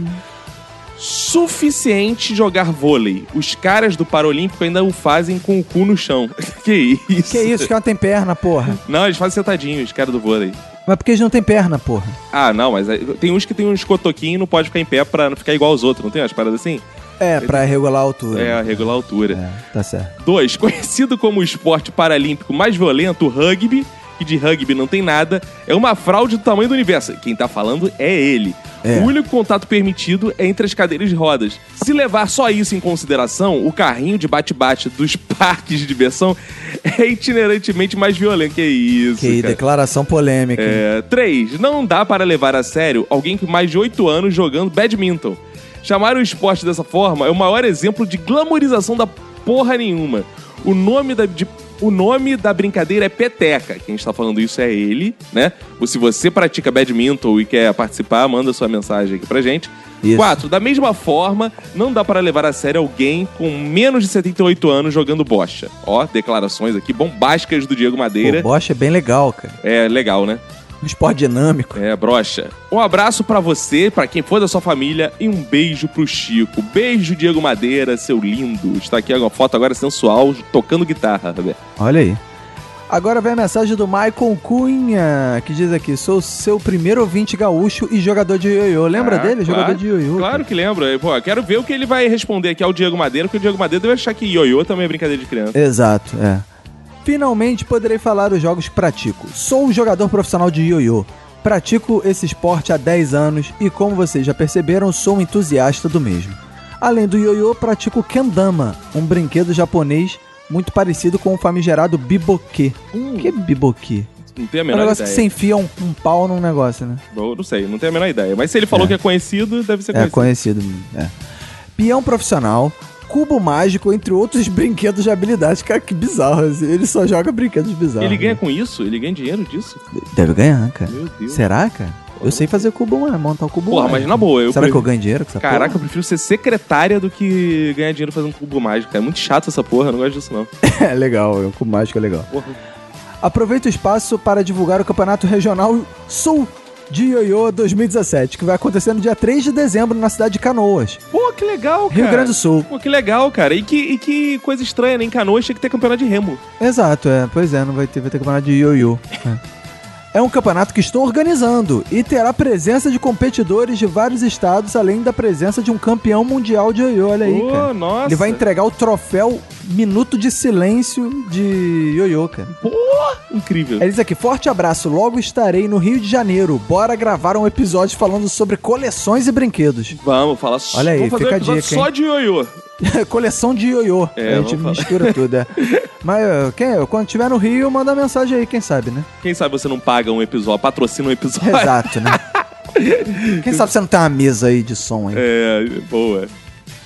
Suficiente jogar vôlei. Os caras do Paralímpico ainda o fazem com o cu no chão. Que isso? Que isso, que não tem perna, porra. Não, eles fazem sentadinho, os caras do vôlei. Mas porque eles não têm perna, porra. Ah, não, mas tem uns que tem uns cotoquinhos e não pode ficar em pé pra não ficar igual aos outros, não tem umas paradas assim? É, pra regular a altura. É, regular a altura. É, tá certo. Dois, conhecido como o esporte paralímpico mais violento, o rugby, que de rugby não tem nada, é uma fraude do tamanho do universo. Quem tá falando é ele. É. O único contato permitido é entre as cadeiras de rodas. Se levar só isso em consideração, o carrinho de bate-bate dos parques de diversão é itinerantemente mais violento. Que isso, Que cara. declaração polêmica. É, três, não dá para levar a sério alguém com mais de oito anos jogando badminton. Chamar o esporte dessa forma é o maior exemplo de glamorização da porra nenhuma. O nome da... De, O nome da brincadeira é peteca. Quem está falando isso é ele, né? Ou se você pratica badminton e quer participar, manda sua mensagem aqui pra gente. Isso. Quatro, da mesma forma, não dá para levar a sério alguém com menos de setenta e oito anos jogando bocha. Ó, declarações aqui bombásticas do Diego Madeira. Pô, bocha é bem legal, cara. É legal, né? Um esporte dinâmico. É, brocha. Um abraço pra você, pra quem for da sua família e um beijo pro Chico. Beijo, Diego Madeira, seu lindo. Está aqui uma foto agora sensual, tocando guitarra, Roberto. Olha aí. Agora vem a mensagem do Michael Cunha, que diz aqui, sou seu primeiro ouvinte gaúcho e jogador de ioiô. Lembra Ah, dele? claro, Jogador de ioiô. Claro cara. que lembro. Pô, quero ver o que ele vai responder aqui ao Diego Madeira, porque o Diego Madeira deve achar que ioiô também é brincadeira de criança. Exato, é. Finalmente poderei falar os jogos que pratico. Sou um jogador profissional de ioiô. Pratico esse esporte há dez anos e, como vocês já perceberam, sou um entusiasta do mesmo. Além do ioiô, pratico kendama, um brinquedo japonês muito parecido com o famigerado biboquê. Hum. O que é biboquê? Não tenho a É um menor negócio ideia. que você enfia um, um pau num negócio, né? Eu não sei, não tenho a menor ideia. Mas se ele falou É. que é conhecido, deve ser É conhecido. conhecido, é. Peão profissional, cubo mágico, entre outros brinquedos de habilidade. Cara, que bizarro. Ele só joga brinquedos bizarros. Ele ganha né? com isso? Ele ganha dinheiro disso? Deve ganhar, cara. Meu Deus. Será, cara? Eu sei fazer cubo, mano, montar o cubo. Porra, mágico. mas na boa, eu Será prefiro- que eu ganho dinheiro com essa Caraca, eu porra? prefiro ser secretária do que ganhar dinheiro fazendo cubo mágico. É muito chato essa porra, eu não gosto disso não. É legal, o cubo mágico é legal. Porra. Aproveita o espaço para divulgar o Campeonato Regional Sul de Ioiô dois mil e dezessete, que vai acontecer no dia três de dezembro na cidade de Canoas, Pô, que legal, cara. Rio Grande do Sul. Pô, que legal, cara. E que, e que coisa estranha, né? Em Canoas tinha que ter campeonato de remo. Exato, é. Pois é, não vai ter, vai ter campeonato de ioiô. É. É um campeonato que estou organizando e terá presença de competidores de vários estados, além da presença de um campeão mundial de ioiô. Olha aí, Pô, cara. nossa. Ele vai entregar o troféu Minuto de Silêncio de ioiô, cara. Pô, incrível. Ele diz aqui, forte abraço, logo estarei no Rio de Janeiro. Bora gravar um episódio falando sobre coleções e brinquedos. Vamos falar só. Olha aí, vamos fazer fica um a episódio dica, só hein? de ioiô. Coleção de ioiô. É, a gente vamos mistura tudo, é. Mas uh, quem, quando tiver no Rio, manda mensagem aí, quem sabe, né? Quem sabe você não paga um episódio, patrocina um episódio. Exato, né? Quem sabe você não tem uma mesa aí de som aí. É, boa.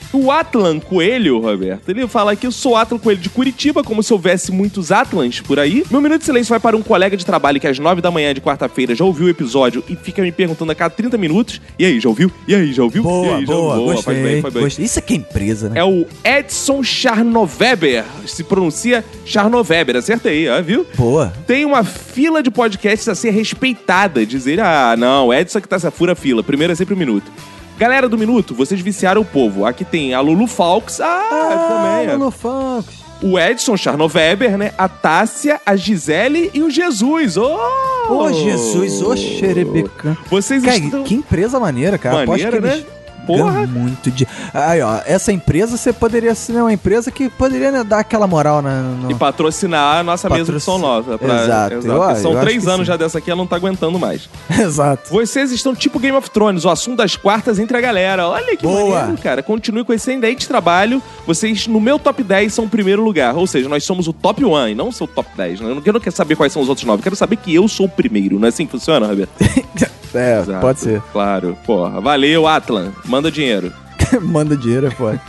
O Atlan Coelho, Roberto, ele fala aqui: eu sou Atlan Coelho de Curitiba, como se houvesse muitos Atlans por aí. Meu Minuto de Silêncio vai para um colega de trabalho que às nove da manhã de quarta-feira já ouviu o episódio e fica me perguntando a cada trinta minutos: e aí, já ouviu? E aí, já ouviu? Boa, e aí, já boa, ouviu? gostei, Faz bem, faz bem. gostei. Isso aqui é empresa, né? É o Edson Charnoveber, se pronuncia Charnoveber, acertei, ó, viu? Boa. Tem uma fila de podcasts a ser respeitada, dizer: ah, não, Edson que tá essa fura fila, primeiro é sempre um minuto. Galera do Minuto, vocês viciaram o povo. Aqui tem a Lulu Falks. Ah, Ah, também. Lulu Falks. O Edson Charnoveber, né? A Tássia, a Gisele e o Jesus. Ô, Ô, Jesus, ô, xerebeca. Vocês Cara, estão... que empresa maneira, cara. Maneira, Aposto que né? eles Porra. ganham muito de... Aí, ó, essa empresa, você poderia ser uma empresa que poderia, né, dar aquela moral na... No... E patrocinar a nossa mesa de Patroci- som nova. Pra... Exato. Exato. Eu- Porque são eu acho três que anos sim. já dessa aqui, ela não tá aguentando mais. Exato. Vocês estão tipo Game of Thrones, o assunto das quartas entre a galera. Olha que Boa. maneiro, cara. Continue com esse excelente trabalho. Vocês, no meu top dez, são o primeiro lugar. Ou seja, nós somos o top um e não o seu top dez. Eu não quero saber quais são os outros nove. Eu quero saber que eu sou o primeiro. Não é assim que funciona, Roberto? É, Exato. pode ser. Claro. Porra. Valeu, Atlan. Manda dinheiro. Manda dinheiro, é foda.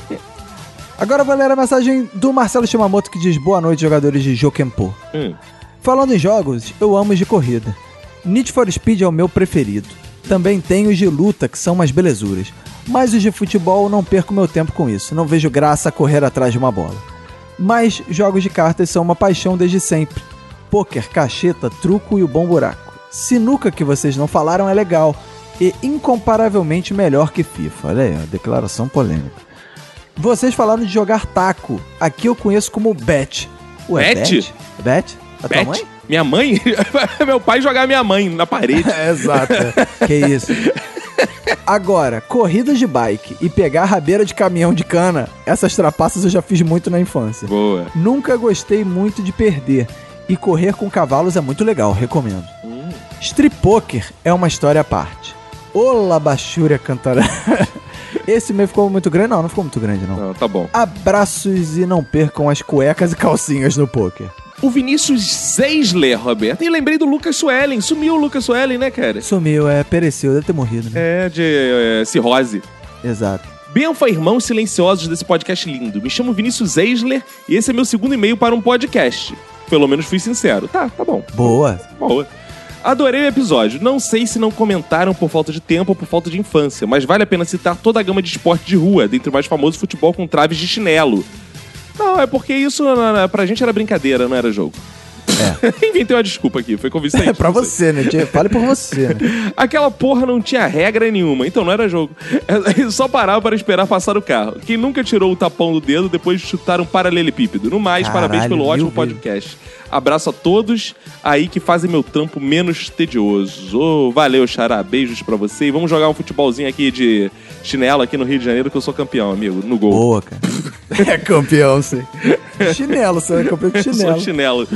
Agora vou ler a mensagem do Marcelo Shimamoto, que diz: boa noite, jogadores de Jokenpô. Hum. Falando em jogos, eu amo os de corrida. Need for Speed é o meu preferido. Também tenho os de luta, que são umas belezuras. Mas os de futebol não perco meu tempo com isso. Não vejo graça a correr atrás de uma bola. Mas jogos de cartas são uma paixão desde sempre. Pôquer, cacheta, truco e o bom buraco. Sinuca, que vocês não falaram, é legal. E incomparavelmente melhor que FIFA. Olha aí, ó, declaração polêmica. Vocês falaram de jogar taco. Aqui eu conheço como bet. Ué, Bet? bet? Bet? A tua Bet? mãe? Minha mãe? Meu pai jogar minha mãe na parede. Exato. Que isso. Agora, corridas de bike e pegar rabeira de caminhão de cana, essas trapaças eu já fiz muito na infância. Boa. Nunca gostei muito de perder. E correr com cavalos é muito legal, recomendo. Hum. Strip Poker é uma história à parte. Olá, Bachúria cantora. Esse meio ficou muito grande? Não, não ficou muito grande, não. Não, tá bom. Abraços e não percam as cuecas e calcinhas no poker. O Vinícius Zeisler, Roberto. E lembrei do Lucas Suellen. Sumiu o Lucas Suellen, né, cara? Sumiu, é, pereceu, deve ter morrido, né? É, de é, cirrose. Exato. Benfa, irmãos silenciosos desse podcast lindo. Me chamo Vinícius Zeisler e esse é meu segundo e-mail para um podcast. Pelo menos fui sincero. Tá, tá bom. Boa. Boa. Adorei o episódio. Não sei se não comentaram por falta de tempo ou por falta de infância, mas vale a pena citar toda a gama de esporte de rua, dentre o mais famoso futebol com traves de chinelo. Não, é porque isso pra gente era brincadeira, não era jogo. É. Inventei uma desculpa aqui, foi convincente. É pra você, né? Fale por você, né? Aquela porra não tinha regra nenhuma, então não era jogo. É, só parava para esperar passar o carro. Quem nunca tirou o tapão do dedo depois de chutar um paralelepípedo? No mais, Caralho, parabéns pelo ótimo mil podcast. Abraço a todos aí que fazem meu trampo menos tedioso. Oh, valeu, Xará. Beijos pra você. E vamos jogar um futebolzinho aqui de chinelo aqui no Rio de Janeiro, que eu sou campeão, amigo, no gol. Boa, cara. É campeão, sim. Chinelo, você é campeão de chinelo. Sou chinelo.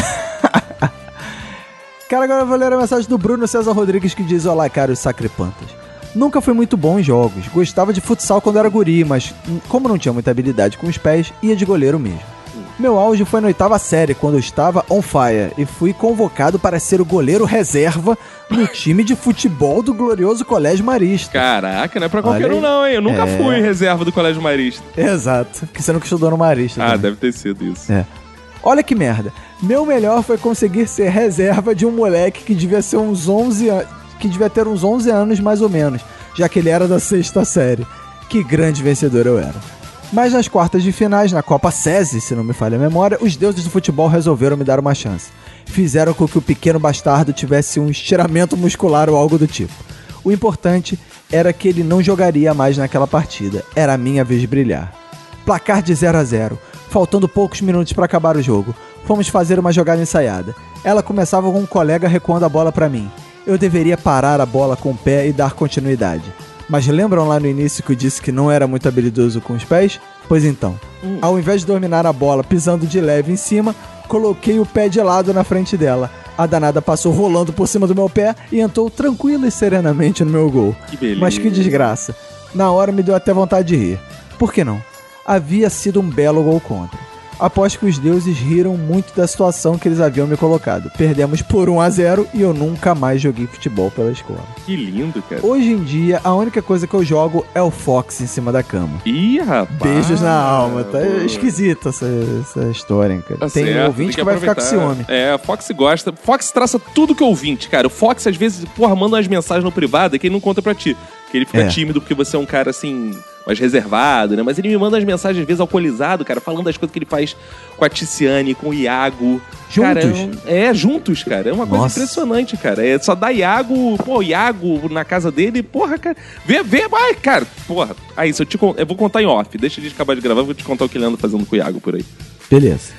Cara, agora eu vou ler a mensagem do Bruno César Rodrigues, que diz: olá, caros sacripantas. Nunca fui muito bom em jogos. Gostava de futsal quando era guri, mas como não tinha muita habilidade com os pés, ia de goleiro mesmo. Meu auge foi na oitava série, quando eu estava on fire, e fui convocado para ser o goleiro reserva no time de futebol do glorioso Colégio Marista. Caraca, não é pra qualquer Olha um aí. não, hein? Eu nunca É. fui reserva do Colégio Marista. Exato, porque você nunca estudou no Marista. Ah, também. deve ter sido isso. É. Olha que merda. Meu melhor foi conseguir ser reserva de um moleque que devia ser uns onze anos, que devia ter uns onze anos mais ou menos, já que ele era da sexta série. Que grande vencedor eu era. Mas nas quartas de finais, na Copa SESI, se não me falha a memória, os deuses do futebol resolveram me dar uma chance. Fizeram com que o pequeno bastardo tivesse um estiramento muscular ou algo do tipo. O importante era que ele não jogaria mais naquela partida. Era a minha vez de brilhar. Placar de zero a zero. Faltando poucos minutos para acabar o jogo. Fomos fazer uma jogada ensaiada. Ela começava com um colega recuando a bola para mim. Eu deveria parar a bola com o pé e dar continuidade. Mas lembram lá no início que eu disse que não era muito habilidoso com os pés? Pois então, hum. ao invés de dominar a bola pisando de leve em cima, coloquei o pé de lado na frente dela. A danada passou rolando por cima do meu pé e entrou tranquila e serenamente no meu gol. Que beleza. Mas que desgraça. Na hora me deu até vontade de rir. Por que não? Havia sido um belo gol contra. Aposto que os deuses riram muito da situação que eles haviam me colocado. Perdemos por um a zero e eu nunca mais joguei futebol pela escola. Que lindo, cara. Hoje em dia, a única coisa que eu jogo é o Fox em cima da cama. Ih, rapaz. Beijos na alma. Tá esquisita essa, essa história, hein, cara. Tá Tem certo, ouvinte tem que vai ficar com ciúme. É, Fox gosta. Fox traça tudo que é ouvinte, cara. O Fox, às vezes, porra, manda umas mensagens no privado que ele não conta pra ti. Que ele fica É. tímido porque você é um cara, assim, mais reservado, né? Mas ele me manda as mensagens, às vezes, alcoolizado, cara, falando das coisas que ele faz com a Ticiane, com o Iago. Juntos? Cara, é, um- é, juntos, cara. É uma coisa Nossa. impressionante, cara. É só dar Iago, pô, Iago na casa dele, porra, cara. Vê, vê, vai, cara. Porra. Aí, se eu te con- eu vou contar em off. Deixa a gente acabar de gravar, eu vou te contar o que ele anda fazendo com o Iago por aí. Beleza.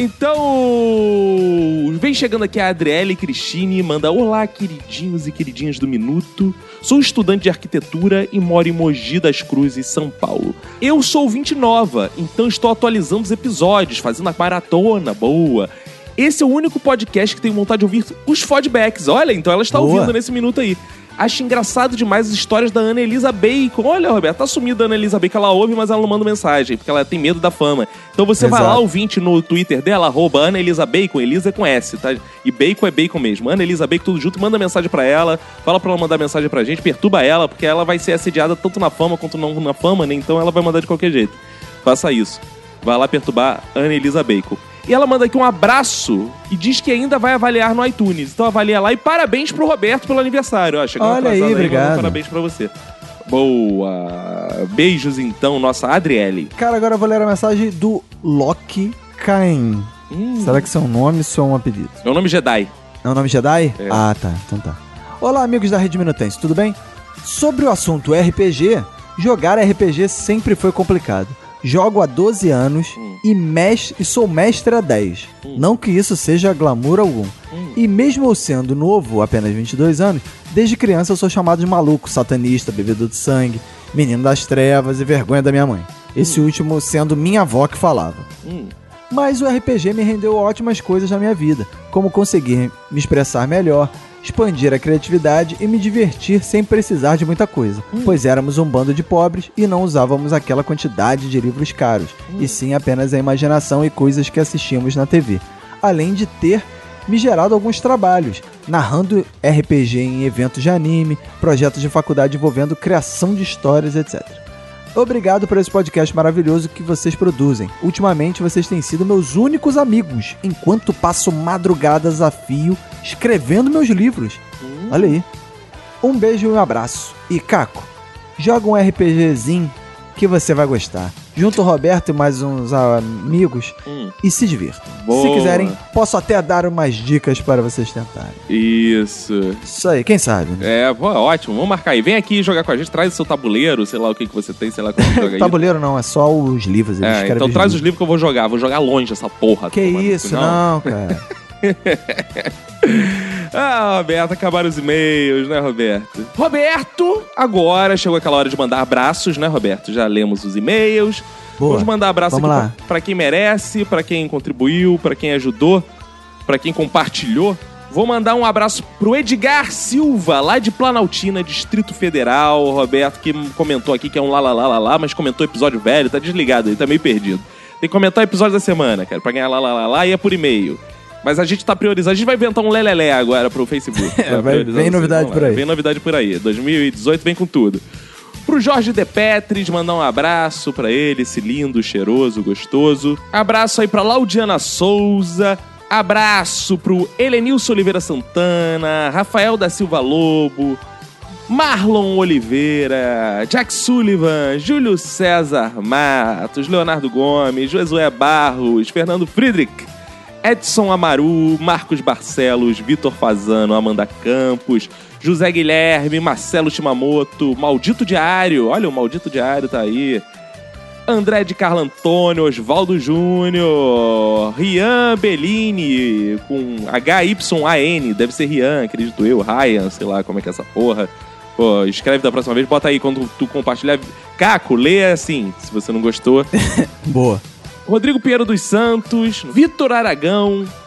Então, vem chegando aqui a Adriele Cristine, manda: olá, queridinhos e queridinhas do Minuto. Sou estudante de arquitetura e moro em Mogi das Cruzes, São Paulo. Eu sou ouvinte nova, então estou atualizando os episódios, fazendo a maratona boa. Esse é o único podcast que tenho vontade de ouvir os feedbacks. Olha, então ela está Boa. ouvindo nesse minuto aí. Acho engraçado demais as histórias da Ana Elisa Bacon. Olha, Roberto, tá sumida a Ana Elisa Bacon. Ela ouve, mas ela não manda mensagem, porque ela tem medo da fama. Então você vai Exato. lá, ouvinte, no Twitter dela, arroba Ana Elisa Bacon, Elisa é com S, tá? E Bacon é Bacon mesmo. Ana Elisa Bacon, tudo junto, manda mensagem pra ela, fala pra ela mandar mensagem pra gente, perturba ela, porque ela vai ser assediada tanto na fama quanto não na fama, né? Então ela vai mandar de qualquer jeito. Faça isso. Vai lá perturbar Ana Elisa Bacon. E ela manda aqui um abraço e diz que ainda vai avaliar no iTunes. Então avalia lá e parabéns pro Roberto pelo aniversário. Ó, chegando Olha aí, atrasado obrigado. mandando parabéns pra você. Boa. Beijos então, nossa Adriele. Cara, agora eu vou ler a mensagem do Loki Cain. Hum. Será que isso é um nome ou isso é um apelido? É o nome Jedi. É o nome Jedi? É. Ah, tá. Então tá. Olá, amigos da Rede Minutense, tudo bem? Sobre o assunto R P G, jogar R P G sempre foi complicado. Jogo há doze anos Hum. e, mes- e sou mestre há dez. Não que isso seja glamour algum. Hum. E mesmo eu sendo novo, apenas vinte e dois anos, desde criança eu sou chamado de maluco, satanista, bebedor de sangue, menino das trevas e vergonha da minha mãe. Esse último sendo minha avó que falava. Hum. Mas o R P G me rendeu ótimas coisas na minha vida, como conseguir me expressar melhor, expandir a criatividade e me divertir sem precisar de muita coisa, pois éramos um bando de pobres e não usávamos aquela quantidade de livros caros, e sim apenas a imaginação e coisas que assistíamos na T V, além de ter me gerado alguns trabalhos, narrando R P G em eventos de anime, projetos de faculdade envolvendo criação de histórias, etcétera. Obrigado por esse podcast maravilhoso que vocês produzem. Ultimamente vocês têm sido meus únicos amigos, enquanto passo madrugadas a fio escrevendo meus livros. Olha aí. Um beijo e um abraço. E Caco, joga um RPGzinho que você vai gostar. Junto o Roberto e mais uns amigos Hum. e se divirtam. Boa. Se quiserem, posso até dar umas dicas para vocês tentarem. Isso. Isso aí, quem sabe, né? É, pô, ótimo. Vamos marcar aí. Vem aqui jogar com a gente. Traz o seu tabuleiro, sei lá o que, que você tem, sei lá como joga aí. Tabuleiro não, é só os livros. Eles É, escrevem então traz os livros que eu vou jogar. Vou jogar longe essa porra. Que Toma no isso, cu, não, cara. Ah, Roberto, acabaram os e-mails, né, Roberto? Roberto, agora chegou aquela hora de mandar abraços, né, Roberto? Já lemos os e-mails. Boa. Vamos mandar abraço Vamos aqui lá. pra, pra quem merece, pra quem contribuiu, pra quem ajudou, pra quem compartilhou. Vou mandar um abraço pro Edgar Silva, lá de Planaltina, Distrito Federal. O Roberto, que comentou aqui que é um lá, lá, lá, lá, lá, mas comentou episódio velho, tá desligado aí, tá meio perdido. Tem que comentar o episódio da semana, cara, pra ganhar lá, lá, lá, lá, e é por e-mail. Mas a gente tá priorizando. A gente vai inventar um lelelé agora pro Facebook. É, vai- priorizar vem vocês. novidade Vamos lá, por aí. Vem novidade por aí. dois mil e dezoito vem com tudo. Pro Jorge De Petris, mandar um abraço pra ele, esse lindo, cheiroso, gostoso. Abraço aí pra Laudiana Souza. Abraço pro Helenilson Oliveira Santana, Rafael da Silva Lobo, Marlon Oliveira, Jack Sullivan, Júlio César Matos, Leonardo Gomes, Josué Barros, Fernando Friedrich, Edson Amaru, Marcos Barcelos, Vitor Fazano, Amanda Campos, José Guilherme, Marcelo Shimamoto, Maldito Diário, olha o Maldito Diário tá aí, André de Carlo Antônio, Oswaldo Júnior, Rian Bellini, com H Y A N, deve ser Rian, acredito eu, Ryan, sei lá como é que é essa porra. Pô, escreve da próxima vez, bota aí quando tu compartilhar. Caco, lê assim, se você não gostou. Boa. Rodrigo Pinheiro dos Santos, Vitor Aragão,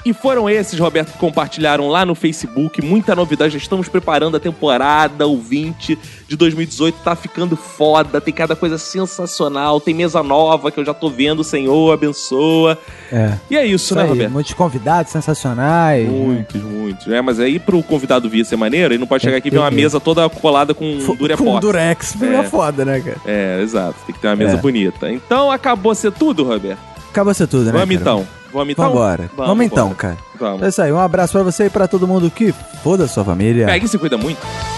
E foram esses, Roberto, que compartilharam lá no Facebook. Muita novidade, já estamos preparando a temporada. O vinte de dois mil e dezoito tá ficando foda. Tem cada coisa sensacional. Tem mesa nova que eu já tô vendo. Senhor, abençoa. É. E é isso, Isso né, aí, Roberto? muitos convidados sensacionais. Muitos, muitos. É, mas aí pro convidado vir ser maneiro, ele não pode chegar aqui e ver uma que- mesa toda colada com Com durepox. durex. É. É foda, né, cara? É, exato. Tem que ter uma mesa É. bonita. Então, acabou ser tudo, Roberto? Acabou ser tudo, né? Vamos cara? então. Vamos então? Vambora. Vamos, Vamos então, embora. cara. Vamos. É isso aí. Um abraço pra você e pra todo mundo que foda a sua família. Pega e se cuida muito.